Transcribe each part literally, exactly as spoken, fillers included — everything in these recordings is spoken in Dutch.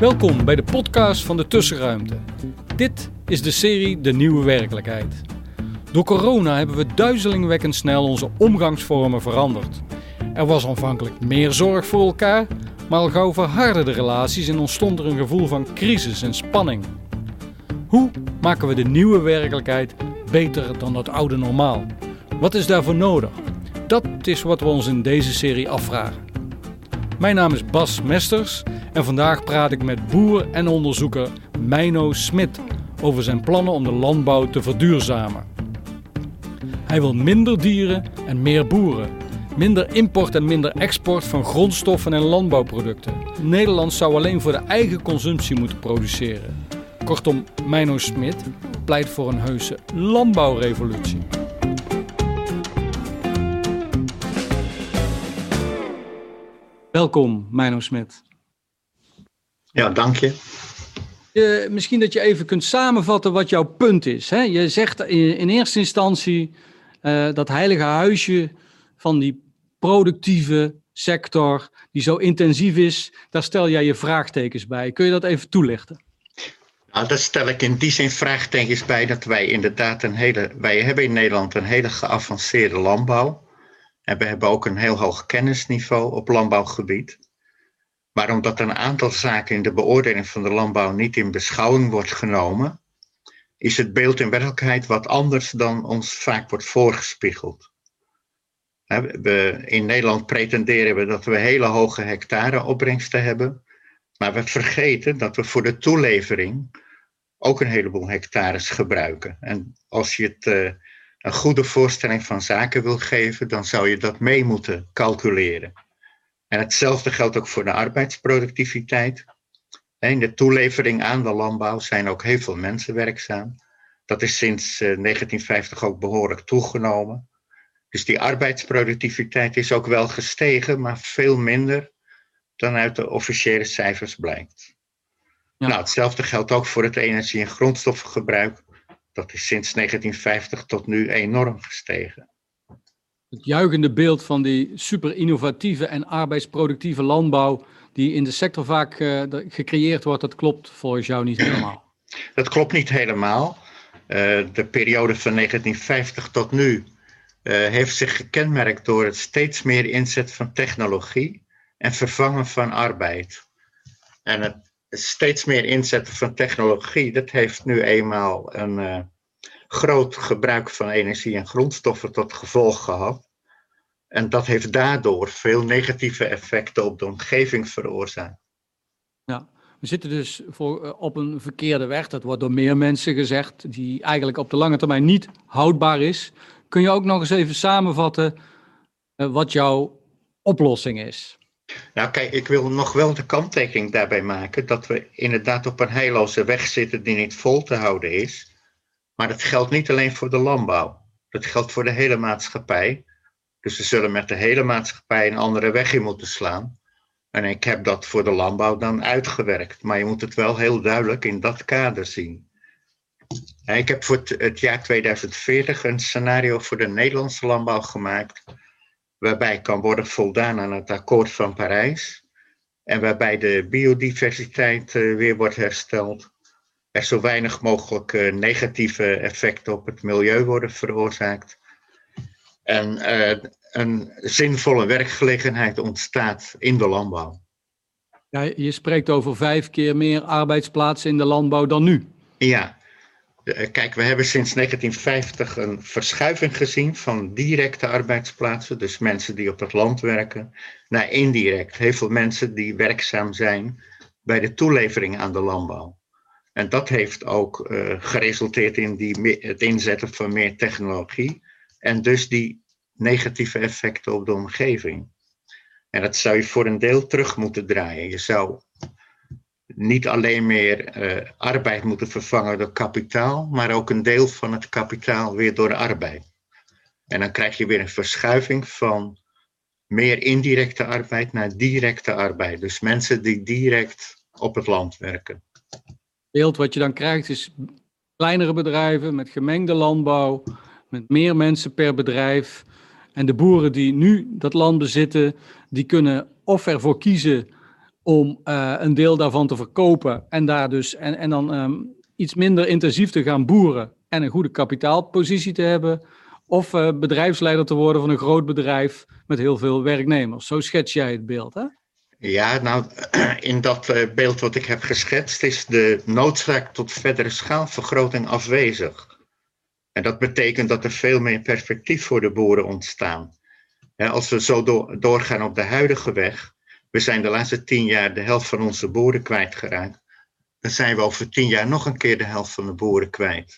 Welkom bij de podcast van de Tussenruimte. Dit is de serie De Nieuwe Werkelijkheid. Door corona hebben we duizelingwekkend snel onze omgangsvormen veranderd. Er was aanvankelijk meer zorg voor elkaar, maar al gauw verharden de relaties en ontstond er een gevoel van crisis en spanning. Hoe maken we de nieuwe werkelijkheid beter dan dat oude normaal? Wat is daarvoor nodig? Dat is wat we ons in deze serie afvragen. Mijn naam is Bas Mesters en vandaag praat ik met boer en onderzoeker Meino Smit over zijn plannen om de landbouw te verduurzamen. Hij wil minder dieren en meer boeren. Minder import en minder export van grondstoffen en landbouwproducten. Nederland zou alleen voor de eigen consumptie moeten produceren. Kortom, Meino Smit pleit voor een heuse landbouwrevolutie. Welkom, Meino Smit. Ja, dank je. Uh, misschien dat je even kunt samenvatten wat jouw punt is. Hè? Je zegt in, in eerste instantie uh, dat heilige huisje van die productieve sector die zo intensief is, daar stel jij je vraagtekens bij. Kun je dat even toelichten? Nou, daar stel ik in die zin vraagtekens bij dat wij inderdaad een hele, wij hebben in Nederland een hele geavanceerde landbouw. En we hebben ook een heel hoog kennisniveau op landbouwgebied. Maar omdat een aantal zaken in de beoordeling van de landbouw niet in beschouwing wordt genomen, is het beeld in werkelijkheid wat anders dan ons vaak wordt voorgespiegeld. We, in Nederland pretenderen we dat we hele hoge hectareopbrengsten hebben, maar we vergeten dat we voor de toelevering ook een heleboel hectares gebruiken. En als je het uh, een goede voorstelling van zaken wil geven, dan zou je dat mee moeten calculeren. En hetzelfde geldt ook voor de arbeidsproductiviteit. In de toelevering aan de landbouw zijn ook heel veel mensen werkzaam. Dat is sinds negentien vijftig ook behoorlijk toegenomen. Dus die arbeidsproductiviteit is ook wel gestegen, maar veel minder dan uit de officiële cijfers blijkt. Ja. Nou, hetzelfde geldt ook voor het energie- en grondstoffengebruik. Dat is sinds negentien vijftig tot nu enorm gestegen. Het juichende beeld van die super innovatieve en arbeidsproductieve landbouw die in de sector vaak uh, gecreëerd wordt, dat klopt volgens jou niet helemaal. Dat klopt niet helemaal. Uh, de periode van negentien vijftig tot nu uh, heeft zich gekenmerkt door het steeds meer inzet van technologie en vervangen van arbeid. En het steeds meer inzetten van technologie, dat heeft nu eenmaal een uh, groot gebruik van energie en grondstoffen tot gevolg gehad. En dat heeft daardoor veel negatieve effecten op de omgeving veroorzaakt. Ja, we zitten dus voor, uh, op een verkeerde weg. Dat wordt door meer mensen gezegd, die eigenlijk op de lange termijn niet houdbaar is. Kun je ook nog eens even samenvatten uh, wat jouw oplossing is? Nou kijk, ik wil nog wel de kanttekening daarbij maken dat we inderdaad op een heilloze weg zitten die niet vol te houden is. Maar dat geldt niet alleen voor de landbouw. Dat geldt voor de hele maatschappij. Dus we zullen met de hele maatschappij een andere weg in moeten slaan. En ik heb dat voor de landbouw dan uitgewerkt. Maar je moet het wel heel duidelijk in dat kader zien. En ik heb voor het jaar tweeduizend veertig een scenario voor de Nederlandse landbouw gemaakt, waarbij kan worden voldaan aan het akkoord van Parijs. En waarbij de biodiversiteit uh, weer wordt hersteld. Er zo weinig mogelijk uh, negatieve effecten op het milieu worden veroorzaakt. En uh, een zinvolle werkgelegenheid ontstaat in de landbouw. Ja, je spreekt over vijf keer meer arbeidsplaatsen in de landbouw dan nu. Ja. Kijk, we hebben sinds negentien vijftig een verschuiving gezien van directe arbeidsplaatsen, dus mensen die op het land werken, naar indirect. Heel veel mensen die werkzaam zijn bij de toelevering aan de landbouw. En dat heeft ook uh, geresulteerd in die, het inzetten van meer technologie en dus die negatieve effecten op de omgeving. En dat zou je voor een deel terug moeten draaien. Je zou niet alleen meer uh, arbeid moeten vervangen door kapitaal, maar ook een deel van het kapitaal weer door arbeid. En dan krijg je weer een verschuiving van meer indirecte arbeid naar directe arbeid. Dus mensen die direct op het land werken. Het beeld wat je dan krijgt is kleinere bedrijven met gemengde landbouw, met meer mensen per bedrijf. En de boeren die nu dat land bezitten, die kunnen of ervoor kiezen om uh, een deel daarvan te verkopen en, daar dus, en, en dan um, iets minder intensief te gaan boeren en een goede kapitaalpositie te hebben, of uh, bedrijfsleider te worden van een groot bedrijf met heel veel werknemers. Zo schets jij het beeld, hè? Ja, nou, in dat uh, beeld wat ik heb geschetst is de noodzaak tot verdere schaalvergroting afwezig. En dat betekent dat er veel meer perspectief voor de boeren ontstaan. Ja, als we zo do- doorgaan op de huidige weg, we zijn de laatste tien jaar de helft van onze boeren kwijtgeraakt, dan zijn we over tien jaar nog een keer de helft van de boeren kwijt.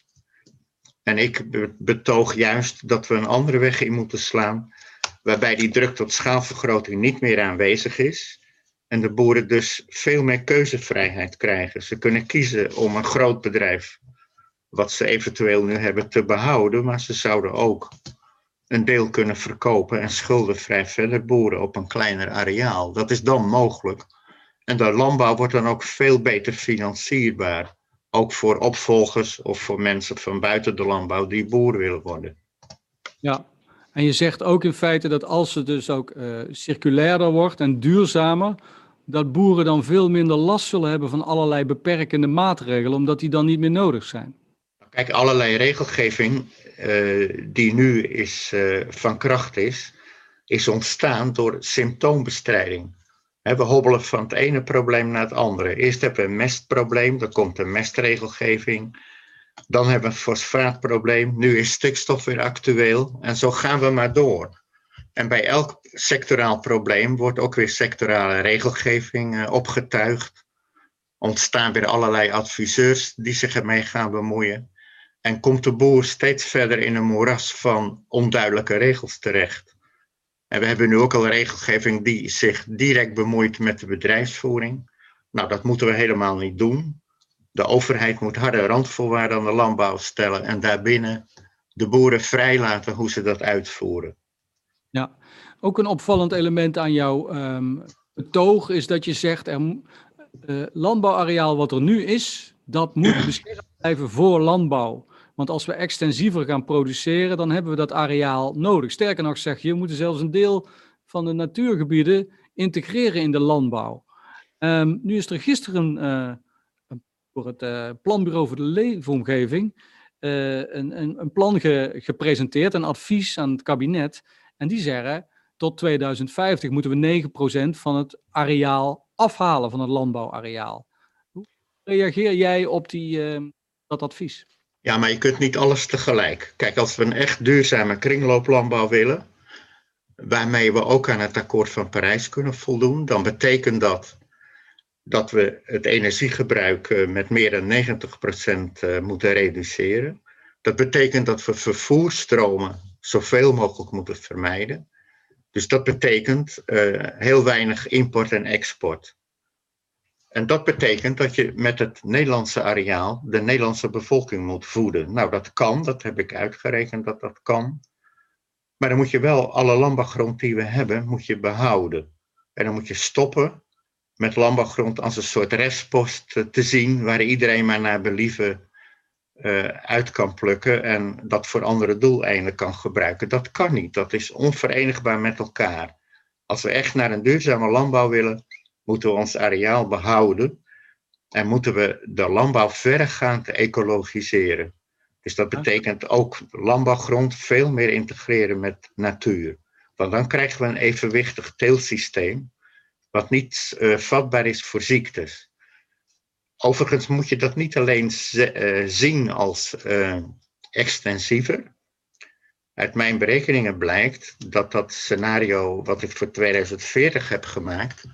En ik betoog juist dat we een andere weg in moeten slaan, waarbij die druk tot schaalvergroting niet meer aanwezig is. En de boeren dus veel meer keuzevrijheid krijgen. Ze kunnen kiezen om een groot bedrijf, wat ze eventueel nu hebben, te behouden. Maar ze zouden ook een deel kunnen verkopen en schuldenvrij verder boeren op een kleiner areaal. Dat is dan mogelijk. En de landbouw wordt dan ook veel beter financierbaar. Ook voor opvolgers of voor mensen van buiten de landbouw die boer willen worden. Ja, en je zegt ook in feite dat als het dus ook uh, circulairder wordt en duurzamer, dat boeren dan veel minder last zullen hebben van allerlei beperkende maatregelen, omdat die dan niet meer nodig zijn. Kijk, allerlei regelgeving uh, die nu is, uh, van kracht is, is ontstaan door symptoombestrijding. He, we hobbelen van het ene probleem naar het andere. Eerst hebben we een mestprobleem, dan komt een mestregelgeving. Dan hebben we een fosfaatprobleem, nu is stikstof weer actueel. En zo gaan we maar door. En bij elk sectoraal probleem wordt ook weer sectorale regelgeving uh, opgetuigd. Ontstaan weer allerlei adviseurs die zich ermee gaan bemoeien. En komt de boer steeds verder in een moeras van onduidelijke regels terecht. En we hebben nu ook al een regelgeving die zich direct bemoeit met de bedrijfsvoering. Nou, dat moeten we helemaal niet doen. De overheid moet harde randvoorwaarden aan de landbouw stellen en daarbinnen de boeren vrijlaten hoe ze dat uitvoeren. Ja, ook een opvallend element aan jouw um, betoog is dat je zegt, er uh, landbouwareaal wat er nu is, dat moet beschermd blijven voor landbouw. Want als we extensiever gaan produceren, dan hebben we dat areaal nodig. Sterker nog zeg je, we moeten zelfs een deel van de natuurgebieden integreren in de landbouw. Um, nu is er gisteren uh, door het uh, Planbureau voor de Leefomgeving uh, een, een, een plan ge, gepresenteerd, een advies aan het kabinet. En die zeggen, tot tweeduizend vijftig moeten we negen procent van het areaal afhalen, van het landbouwareaal. Hoe reageer jij op die, uh, dat advies? Ja, maar je kunt niet alles tegelijk. Kijk, als we een echt duurzame kringlooplandbouw willen, waarmee we ook aan het akkoord van Parijs kunnen voldoen, dan betekent dat dat we het energiegebruik met meer dan negentig procent moeten reduceren. Dat betekent dat we vervoersstromen zoveel mogelijk moeten vermijden. Dus dat betekent uh, heel weinig import en export. En dat betekent dat je met het Nederlandse areaal de Nederlandse bevolking moet voeden. Nou, dat kan, dat heb ik uitgerekend dat dat kan. Maar dan moet je wel alle landbouwgrond die we hebben, moet je behouden. En dan moet je stoppen met landbouwgrond als een soort restpost te zien, waar iedereen maar naar believen uh, uit kan plukken en dat voor andere doeleinden kan gebruiken. Dat kan niet, dat is onverenigbaar met elkaar. Als we echt naar een duurzame landbouw willen, moeten we ons areaal behouden en moeten we de landbouw verregaand ecologiseren. Dus dat betekent ook landbouwgrond veel meer integreren met natuur. Want dan krijgen we een evenwichtig teeltsysteem, wat niet uh, vatbaar is voor ziektes. Overigens moet je dat niet alleen z- uh, zien als uh, extensiever. Uit mijn berekeningen blijkt dat dat scenario wat ik voor tweeduizend veertig heb gemaakt,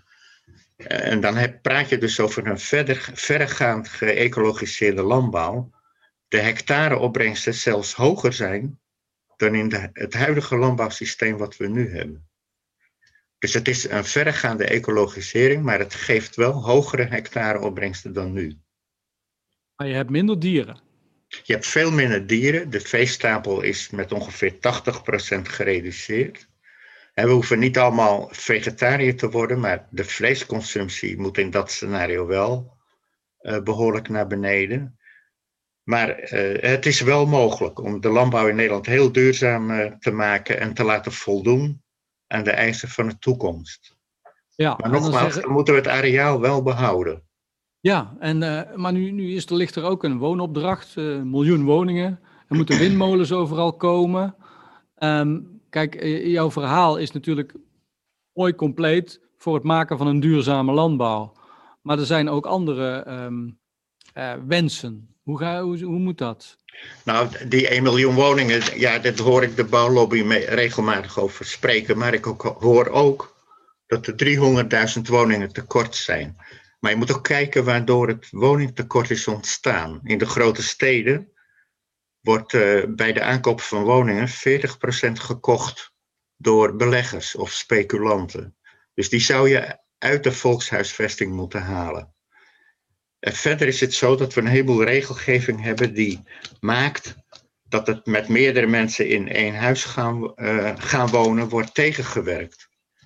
en dan heb, praat je dus over een verder, verregaand geëcologiseerde landbouw, de hectareopbrengsten zelfs hoger zijn dan in de, het huidige landbouwsysteem wat we nu hebben. Dus het is een verregaande ecologisering, maar het geeft wel hogere hectareopbrengsten dan nu. Maar je hebt minder dieren. Je hebt veel minder dieren. De veestapel is met ongeveer tachtig procent gereduceerd. En we hoeven niet allemaal vegetariër te worden, maar de vleesconsumptie moet in dat scenario wel uh, behoorlijk naar beneden. Maar uh, het is wel mogelijk om de landbouw in Nederland heel duurzaam uh, te maken en te laten voldoen aan de eisen van de toekomst. Ja, Maar nogmaals, dan, zeggen... dan moeten we het areaal wel behouden. Ja, en, uh, maar nu, nu is er, ligt er ook een woonopdracht, uh, een miljoen woningen. Er moeten windmolens overal komen. Um, kijk, uh, jouw verhaal is natuurlijk mooi compleet voor het maken van een duurzame landbouw. Maar er zijn ook andere um, uh, wensen. Hoe, ga, hoe, hoe moet dat? Nou, die één miljoen woningen, ja, daar hoor ik de bouwlobby mee regelmatig over spreken. Maar ik ook, hoor ook dat er driehonderdduizend woningen tekort zijn. Maar je moet ook kijken waardoor het woningtekort is ontstaan. In de grote steden wordt uh, bij de aankoop van woningen veertig procent gekocht door beleggers of speculanten. Dus die zou je uit de volkshuisvesting moeten halen. En verder is het zo dat we een heleboel regelgeving hebben die maakt dat het met meerdere mensen in één huis gaan, uh, gaan wonen wordt tegengewerkt.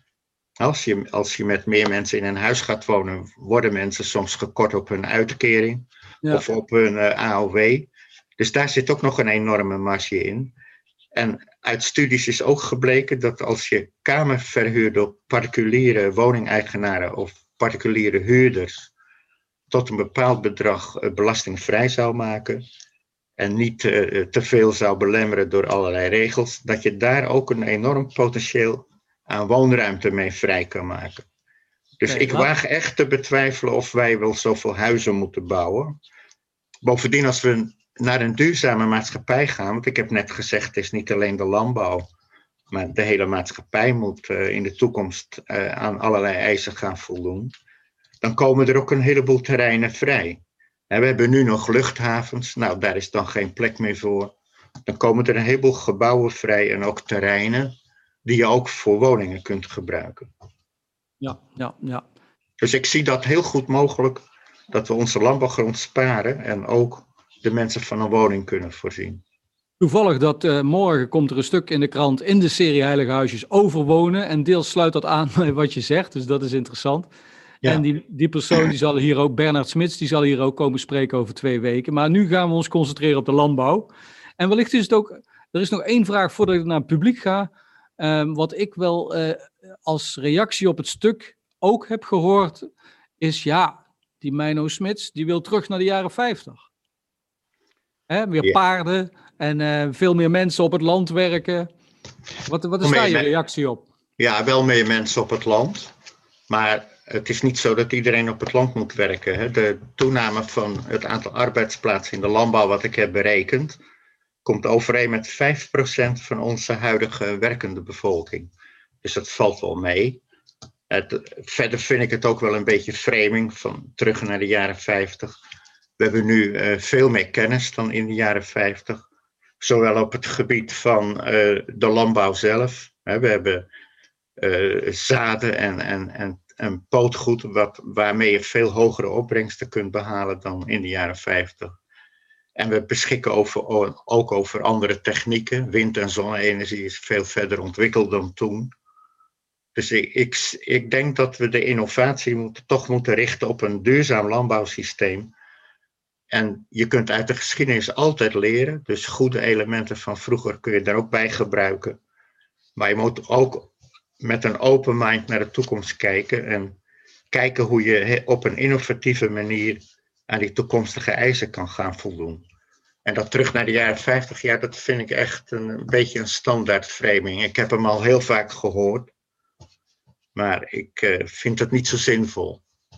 Als je, als je met meer mensen in een huis gaat wonen, worden mensen soms gekort op hun uitkering ja. of op hun uh, A O W. Dus daar zit ook nog een enorme marge in. En uit studies is ook gebleken dat als je kamer verhuurt door particuliere woningeigenaren of particuliere huurders tot een bepaald bedrag uh, belastingvrij zou maken en niet uh, te veel zou belemmeren door allerlei regels, dat je daar ook een enorm potentieel aan woonruimte mee vrij kan maken. Dus nee, ik laat... waag echt te betwijfelen of wij wel zoveel huizen moeten bouwen. Bovendien, als we naar een duurzame maatschappij gaan, want ik heb net gezegd, het is niet alleen de landbouw, maar de hele maatschappij moet uh, in de toekomst uh, aan allerlei eisen gaan voldoen. Dan komen er ook een heleboel terreinen vrij. En we hebben nu nog luchthavens, nou daar is dan geen plek meer voor. Dan komen er een heleboel gebouwen vrij en ook terreinen die je ook voor woningen kunt gebruiken. Ja, ja, ja. Dus ik zie dat heel goed mogelijk dat we onze landbouwgrond sparen en ook de mensen van een woning kunnen voorzien. Toevallig dat uh, morgen komt er een stuk in de krant in de serie Heilige Huisjes over wonen en deels sluit dat aan bij wat je zegt, dus dat is interessant. Ja. En die, die persoon die zal hier ook, Bernard Smits, die zal hier ook komen spreken over twee weken. Maar nu gaan we ons concentreren op de landbouw. En wellicht is het ook, er is nog één vraag voordat ik naar het publiek ga. Um, wat ik wel uh, als reactie op het stuk ook heb gehoord, is ja, die Meino Smits, die wil terug naar de jaren vijftig. Hè, weer ja. paarden en uh, veel meer mensen op het land werken. Wat, wat is daar je reactie op? Ja, wel meer mensen op het land. Maar het is niet zo dat iedereen op het land moet werken. Hè. De toename van het aantal arbeidsplaatsen in de landbouw, wat ik heb berekend, komt overeen met vijf procent van onze huidige werkende bevolking. Dus dat valt wel mee. Het, verder vind ik het ook wel een beetje framing van terug naar de jaren vijftig. We hebben nu uh, veel meer kennis dan in de jaren vijftig. Zowel op het gebied van uh, de landbouw zelf. Hè, we hebben uh, zaden en, en, en, en pootgoed wat, waarmee je veel hogere opbrengsten kunt behalen dan in de jaren vijftig. En we beschikken over, ook over andere technieken. Wind- en zonne-energie is veel verder ontwikkeld dan toen. Dus ik, ik, ik denk dat we de innovatie moet, toch moeten richten op een duurzaam landbouwsysteem. En je kunt uit de geschiedenis altijd leren. Dus goede elementen van vroeger kun je daar ook bij gebruiken. Maar je moet ook met een open mind naar de toekomst kijken. En kijken hoe je op een innovatieve manier aan die toekomstige eisen kan gaan voldoen. En dat terug naar de jaren vijftig, ja, dat vind ik echt een, een beetje een standaard framing. Ik heb hem al heel vaak gehoord. Maar ik uh, vind het niet zo zinvol.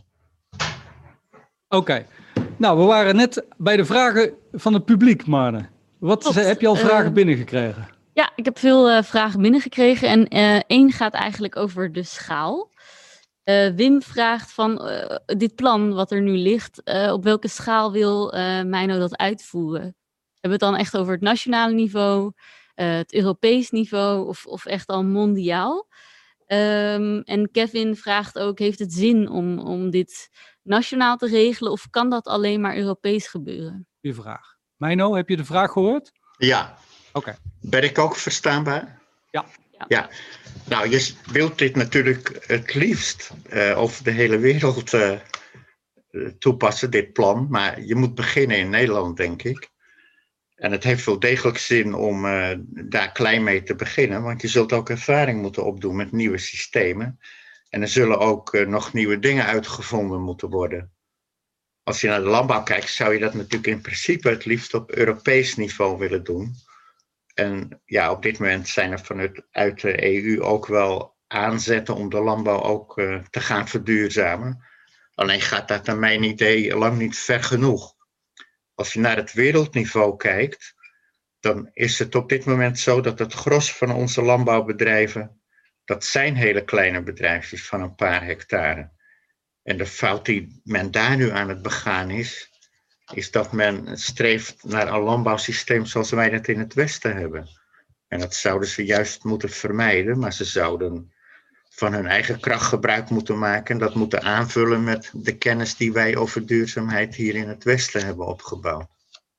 Oké. Okay. Nou, we waren net bij de vragen van het publiek, Marne. Wat Klopt. Heb je al vragen uh, binnengekregen? Ja, ik heb veel uh, vragen binnengekregen. En uh, één gaat eigenlijk over de schaal. Uh, Wim vraagt van uh, dit plan wat er nu ligt, uh, op welke schaal wil uh, Meino dat uitvoeren? Hebben we het dan echt over het nationale niveau, uh, het Europees niveau of, of echt al mondiaal? Um, en Kevin vraagt ook, heeft het zin om, om dit nationaal te regelen of kan dat alleen maar Europees gebeuren? Goeie vraag. Meino, heb je de vraag gehoord? Ja. Oké. Okay. Ben ik ook verstaanbaar? Ja. Ja. ja. Nou, je wilt dit natuurlijk het liefst uh, over de hele wereld uh, toepassen, dit plan. Maar je moet beginnen in Nederland, denk ik. En het heeft wel degelijk zin om uh, daar klein mee te beginnen. Want je zult ook ervaring moeten opdoen met nieuwe systemen. En er zullen ook uh, nog nieuwe dingen uitgevonden moeten worden. Als je naar de landbouw kijkt, zou je dat natuurlijk in principe het liefst op Europees niveau willen doen. En ja, op dit moment zijn er vanuit uit de E U ook wel aanzetten om de landbouw ook uh, te gaan verduurzamen. Alleen gaat dat naar mijn idee lang niet ver genoeg. Als je naar het wereldniveau kijkt, dan is het op dit moment zo dat het gros van onze landbouwbedrijven, dat zijn hele kleine bedrijfjes van een paar hectare. En de fout die men daar nu aan het begaan is, is dat men streeft naar een landbouwsysteem zoals wij dat in het Westen hebben. En dat zouden ze juist moeten vermijden, maar ze zouden van hun eigen kracht gebruik moeten maken en dat moeten aanvullen met de kennis die wij over duurzaamheid hier in het Westen hebben opgebouwd.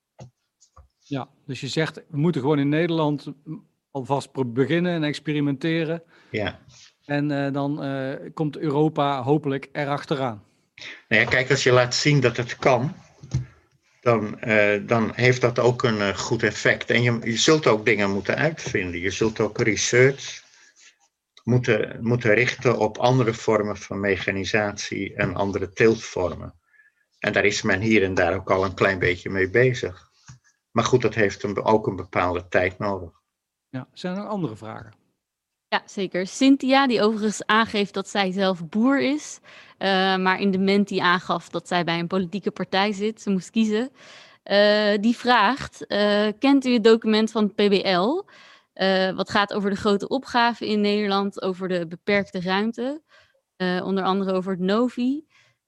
Ja, dus je zegt, we moeten gewoon in Nederland alvast beginnen en experimenteren. Ja. En uh, dan uh, komt Europa hopelijk erachteraan. Nou ja, kijk, als je laat zien dat het kan, dan, uh, dan heeft dat ook een uh, goed effect. En je, je zult ook dingen moeten uitvinden. Je zult ook research moeten, moeten richten op andere vormen van mechanisatie en andere teeltvormen. En daar is men hier en daar ook al een klein beetje mee bezig. Maar goed, dat heeft een, ook een bepaalde tijd nodig. Ja, zijn er nog andere vragen? Ja, zeker. Cynthia, die overigens aangeeft dat zij zelf boer is, uh, maar in de menti aangaf dat zij bij een politieke partij zit. Ze moest kiezen. Uh, die vraagt, uh, kent u het document van het P B L? Uh, wat gaat over de grote opgaven in Nederland, over de beperkte ruimte, uh, onder andere over het Novi.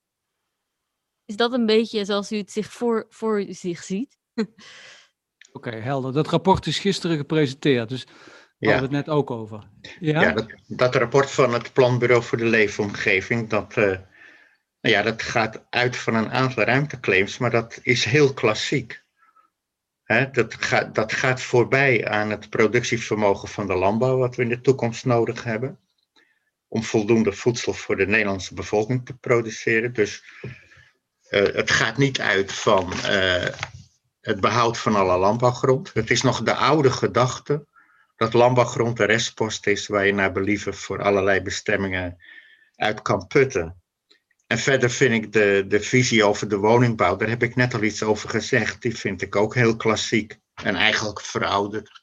Is dat een beetje zoals u het zich voor, voor zich ziet? Oké, okay, helder. Dat rapport is gisteren gepresenteerd, dus daar hadden we het net ook over. Ja, ja dat, dat rapport van het Planbureau voor de Leefomgeving, dat, uh, nou ja, dat gaat uit van een aantal ruimteclaims, maar dat is heel klassiek. He, dat, gaat, dat gaat voorbij aan het productievermogen van de landbouw, wat we in de toekomst nodig hebben, om voldoende voedsel voor de Nederlandse bevolking te produceren. Dus uh, het gaat niet uit van uh, het behoud van alle landbouwgrond. Het is nog de oude gedachte dat landbouwgrond de restpost is waar je naar believen voor allerlei bestemmingen uit kan putten. En verder vind ik de, de visie over de woningbouw, daar heb ik net al iets over gezegd, die vind ik ook heel klassiek en eigenlijk verouderd.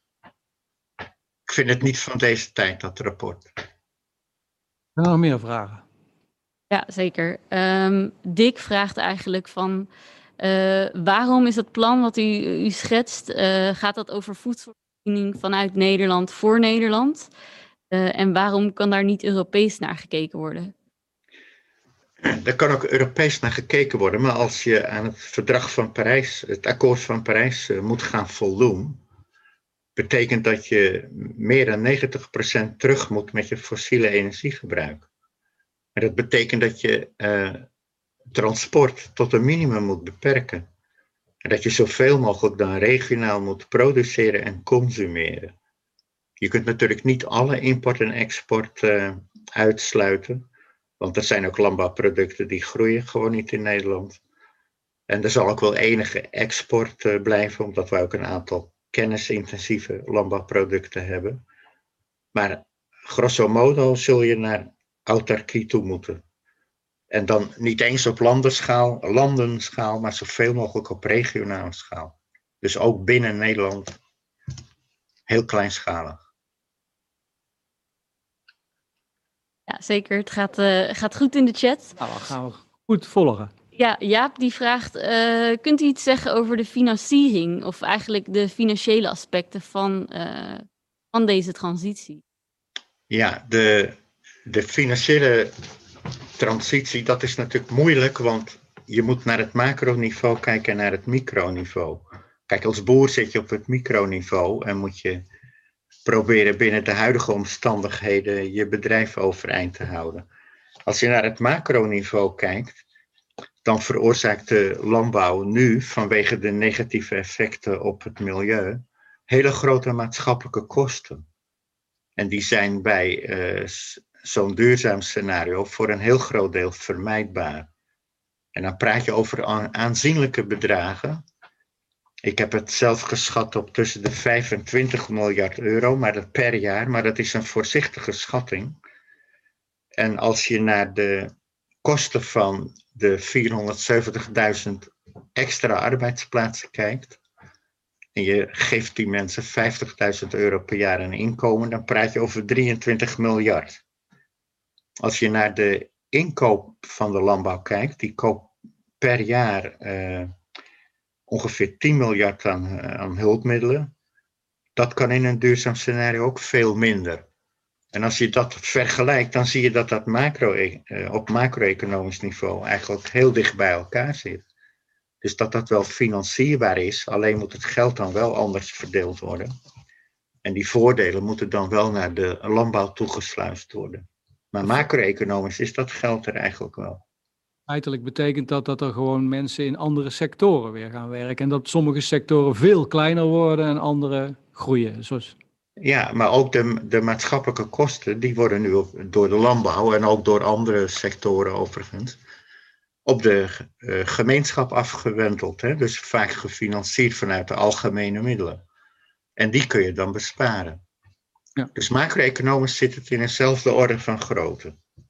Ik vind het niet van deze tijd, dat rapport. Er nog meer vragen? Ja, zeker. Um, Dick vraagt eigenlijk van, uh, waarom is het plan wat u, u schetst, uh, gaat dat over voedselvoorziening vanuit Nederland voor Nederland? Uh, en waarom kan daar niet Europees naar gekeken worden? Daar kan ook Europees naar gekeken worden, maar als je aan het verdrag van Parijs, het akkoord van Parijs uh, moet gaan voldoen, betekent dat je meer dan negentig procent terug moet met je fossiele energiegebruik. En dat betekent dat je uh, transport tot een minimum moet beperken. En dat je zoveel mogelijk dan regionaal moet produceren en consumeren. Je kunt natuurlijk niet alle import en export uh, uitsluiten. Want er zijn ook landbouwproducten die groeien gewoon niet in Nederland. En er zal ook wel enige export uh, blijven, omdat wij ook een aantal kennisintensieve landbouwproducten hebben. Maar grosso modo zul je naar autarkie toe moeten. En dan niet eens op landenschaal, landenschaal, maar zoveel mogelijk op regionale schaal. Dus ook binnen Nederland heel kleinschalig. Ja, zeker. Het gaat, uh, gaat goed in de chat. Nou, dan gaan we goed volgen. Ja, Jaap die vraagt, uh, kunt u iets zeggen over de financiering of eigenlijk de financiële aspecten van, uh, van deze transitie? Ja, de, de financiële transitie, dat is natuurlijk moeilijk, want je moet naar het macroniveau kijken en naar het microniveau. Kijk, als boer zit je op het microniveau en moet je proberen binnen de huidige omstandigheden je bedrijf overeind te houden. Als je naar het macroniveau kijkt, dan veroorzaakt de landbouw nu vanwege de negatieve effecten op het milieu hele grote maatschappelijke kosten. En die zijn bij uh, zo'n duurzaam scenario voor een heel groot deel vermijdbaar. En dan praat je over aanzienlijke bedragen. Ik heb het zelf geschat op tussen de vijfentwintig miljard euro maar dat per jaar, maar dat is een voorzichtige schatting. En als je naar de kosten van de vierhonderdzeventigduizend extra arbeidsplaatsen kijkt, en je geeft die mensen vijftigduizend euro per jaar een inkomen, dan praat je over drieëntwintig miljard. Als je naar de inkoop van de landbouw kijkt, die koopt per jaar uh, ongeveer tien miljard aan, uh, aan hulpmiddelen. Dat kan in een duurzaam scenario ook veel minder. En als je dat vergelijkt, dan zie je dat dat macro, uh, op macro-economisch niveau eigenlijk heel dicht bij elkaar zit. Dus dat dat wel financierbaar is, alleen moet het geld dan wel anders verdeeld worden. En die voordelen moeten dan wel naar de landbouw toegesluist worden. Maar macro-economisch is dat geld er eigenlijk wel. Feitelijk betekent dat dat er gewoon mensen in andere sectoren weer gaan werken. En dat sommige sectoren veel kleiner worden en andere groeien. Zoals... Ja, maar ook de, de maatschappelijke kosten, die worden nu op, door de landbouw en ook door andere sectoren overigens, op de uh, gemeenschap afgewenteld. Hè? Dus vaak gefinancierd vanuit de algemene middelen. En die kun je dan besparen. Ja. Dus macro-economisch zit het in dezelfde orde van grootte.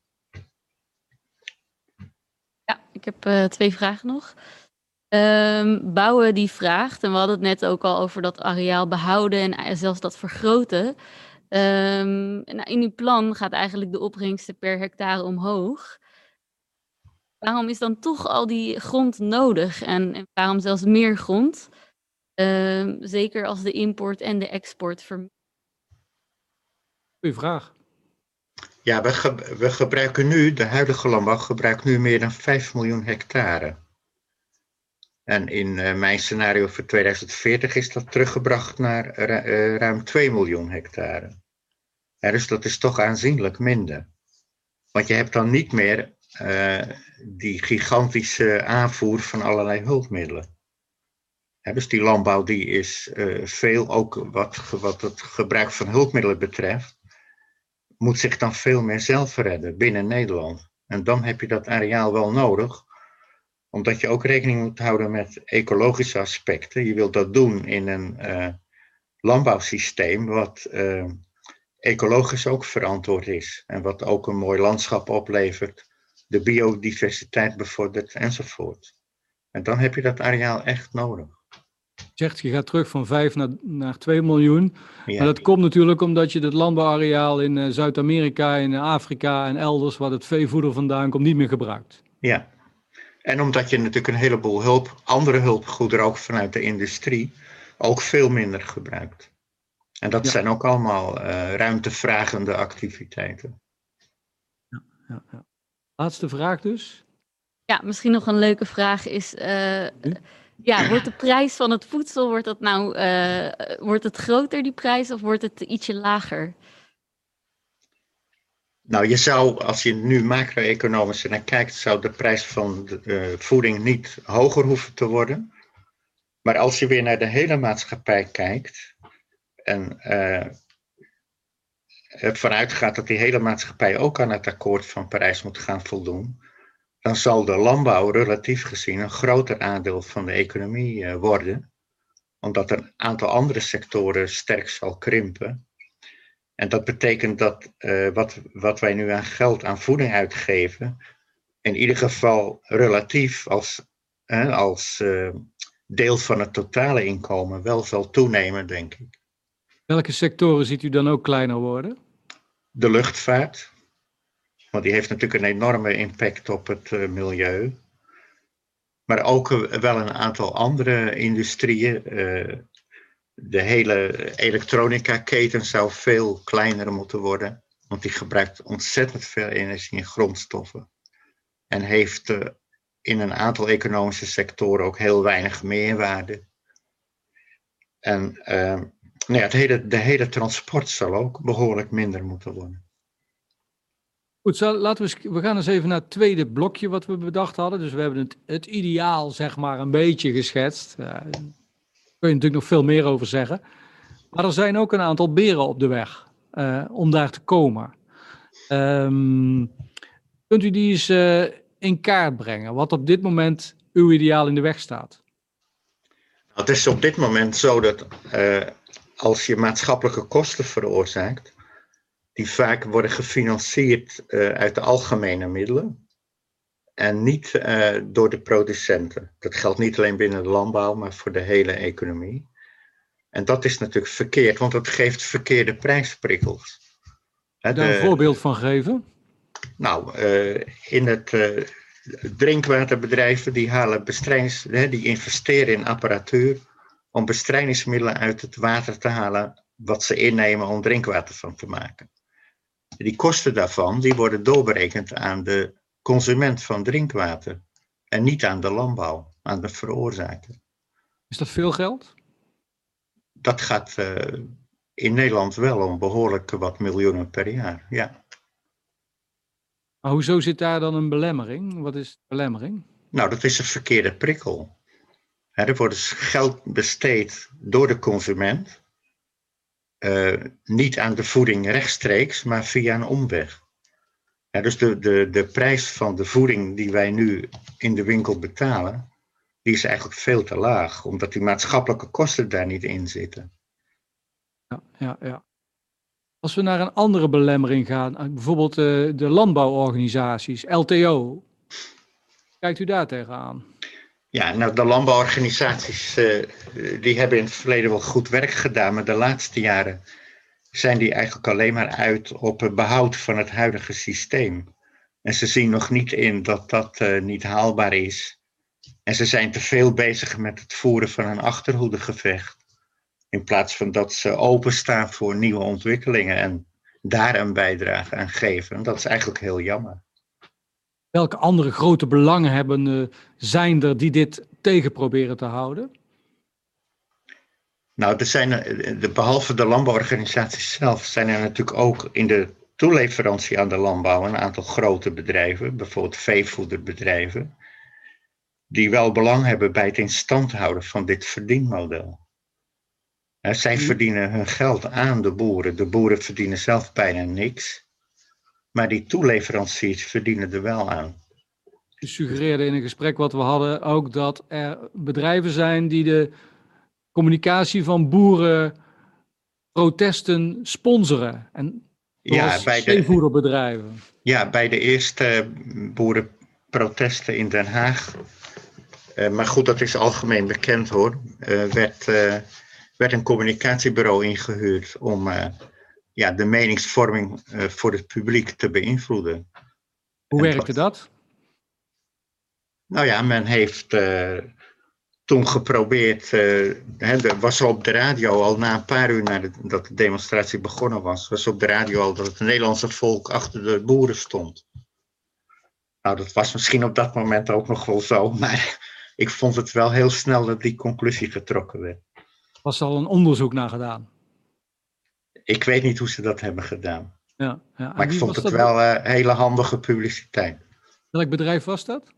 Ja, ik heb uh, twee vragen nog. Um, Bouwen die vraagt, en we hadden het net ook al over dat areaal behouden en zelfs dat vergroten. Um, nou, in uw plan gaat eigenlijk de opbrengsten per hectare omhoog. Waarom is dan toch al die grond nodig en, en waarom zelfs meer grond? Um, zeker als de import en de export verminderen. Goeie vraag. Ja, we, ge- we gebruiken nu, de huidige landbouw gebruikt nu meer dan vijf miljoen hectare. En in uh, mijn scenario voor tweeduizend veertig is dat teruggebracht naar ru- uh, ruim twee miljoen hectare. Ja, dus dat is toch aanzienlijk minder. Want je hebt dan niet meer uh, die gigantische aanvoer van allerlei hulpmiddelen. Ja, dus die landbouw die is uh, veel, ook wat, wat het gebruik van hulpmiddelen betreft, moet zich dan veel meer zelf redden binnen Nederland. En dan heb je dat areaal wel nodig, omdat je ook rekening moet houden met ecologische aspecten. Je wilt dat doen in een uh, landbouwsysteem wat uh, ecologisch ook verantwoord is. En wat ook een mooi landschap oplevert, de biodiversiteit bevordert enzovoort. En dan heb je dat areaal echt nodig. Je zegt, je gaat terug van vijf naar, naar twee miljoen. Ja. Maar dat komt natuurlijk omdat je het landbouwareaal in uh, Zuid-Amerika, in Afrika en elders, waar het veevoeder vandaan komt, niet meer gebruikt. Ja, en omdat je natuurlijk een heleboel hulp, andere hulpgoederen ook vanuit de industrie, ook veel minder gebruikt. En dat ja. zijn ook allemaal uh, ruimtevragende activiteiten. Ja, ja, ja. Laatste vraag dus. Ja, misschien nog een leuke vraag is... Uh, ja, wordt de prijs van het voedsel, wordt dat nou, uh, wordt het groter die prijs of wordt het ietsje lager? Nou, je zou, als je nu macro-economisch naar kijkt, zou de prijs van de uh, voeding niet hoger hoeven te worden. Maar als je weer naar de hele maatschappij kijkt en uh, ervan uitgaat dat die hele maatschappij ook aan het akkoord van Parijs moet gaan voldoen, dan zal de landbouw relatief gezien een groter aandeel van de economie uh, worden, omdat een aantal andere sectoren sterk zal krimpen. En dat betekent dat uh, wat, wat wij nu aan geld aan voeding uitgeven, in ieder geval relatief als, uh, als uh, deel van het totale inkomen wel zal toenemen, denk ik. Welke sectoren ziet u dan ook kleiner worden? De luchtvaart. Want die heeft natuurlijk een enorme impact op het uh, milieu. Maar ook uh, wel een aantal andere industrieën. Uh, de hele elektronica-keten zou veel kleiner moeten worden. Want die gebruikt ontzettend veel energie en grondstoffen. En heeft uh, in een aantal economische sectoren ook heel weinig meerwaarde. En uh, nou ja, het hele, de hele transport zal ook behoorlijk minder moeten worden. Goed, zo, laten we, eens, we gaan eens even naar het tweede blokje wat we bedacht hadden. Dus we hebben het, het ideaal, zeg maar, een beetje geschetst. Uh, daar kun je natuurlijk nog veel meer over zeggen. Maar er zijn ook een aantal beren op de weg uh, om daar te komen. Um, kunt u die eens uh, in kaart brengen, wat op dit moment uw ideaal in de weg staat? Nou, het is op dit moment zo dat uh, als je maatschappelijke kosten veroorzaakt, die vaak worden gefinancierd uh, uit de algemene middelen en niet uh, door de producenten. Dat geldt niet alleen binnen de landbouw, maar voor de hele economie. En dat is natuurlijk verkeerd, want dat geeft verkeerde prijsprikkels. Kun je daar een voorbeeld van geven? Nou, uh, in het uh, drinkwaterbedrijven die halen bestrijdings, hè, die investeren in apparatuur om bestrijdingsmiddelen uit het water te halen wat ze innemen om drinkwater van te maken. Die kosten daarvan die worden doorberekend aan de consument van drinkwater en niet aan de landbouw, aan de veroorzaker. Is dat veel geld? Dat gaat uh, in Nederland wel om behoorlijk wat miljoenen per jaar, ja. Maar hoezo zit daar dan een belemmering? Wat is de belemmering? Nou, dat is een verkeerde prikkel. He, er wordt dus geld besteed door de consument. Uh, niet aan de voeding rechtstreeks, maar via een omweg. Ja, dus de, de, de prijs van de voeding die wij nu in de winkel betalen, die is eigenlijk veel te laag, omdat die maatschappelijke kosten daar niet in zitten. Ja, ja, ja. Als we naar een andere belemmering gaan, bijvoorbeeld uh, de landbouworganisaties, L T O, kijkt u daar tegenaan? Ja, nou de landbouworganisaties uh, die hebben in het verleden wel goed werk gedaan, maar de laatste jaren zijn die eigenlijk alleen maar uit op het behoud van het huidige systeem. En ze zien nog niet in dat dat uh, niet haalbaar is. En ze zijn te veel bezig met het voeren van een achterhoedegevecht. In plaats van dat ze openstaan voor nieuwe ontwikkelingen en daar een bijdrage aan geven. Dat is eigenlijk heel jammer. Welke andere grote belanghebbenden zijn er die dit tegen proberen te houden? Nou, er zijn, de, behalve de landbouworganisaties zelf, zijn er natuurlijk ook in de toeleverantie aan de landbouw een aantal grote bedrijven, bijvoorbeeld veevoederbedrijven, die wel belang hebben bij het in stand houden van dit verdienmodel. He, zij verdienen hun geld aan de boeren. De boeren verdienen zelf bijna niks. Maar die toeleveranciers verdienen er wel aan. U suggereerde in een gesprek wat we hadden ook dat er bedrijven zijn die de communicatie van boerenprotesten sponsoren. En ja, bij de veevoederbedrijven. Ja, bij de eerste boerenprotesten in Den Haag. Uh, maar goed, dat is algemeen bekend hoor. Uh, werd, uh, werd een communicatiebureau ingehuurd om uh, ja, de meningsvorming uh, voor het publiek te beïnvloeden. Hoe en werkte dat, dat? Nou ja, men heeft uh, toen geprobeerd, uh, hè, er was op de radio al na een paar uur nadat de demonstratie begonnen was, was op de radio al dat het Nederlandse volk achter de boeren stond. Nou, dat was misschien op dat moment ook nog wel zo, maar ik vond het wel heel snel dat die conclusie getrokken werd. Was er al een onderzoek naar gedaan? Ik weet niet hoe ze dat hebben gedaan. Ja, ja. Maar ik vond het wel uh, hele handige publiciteit. Welk bedrijf was dat?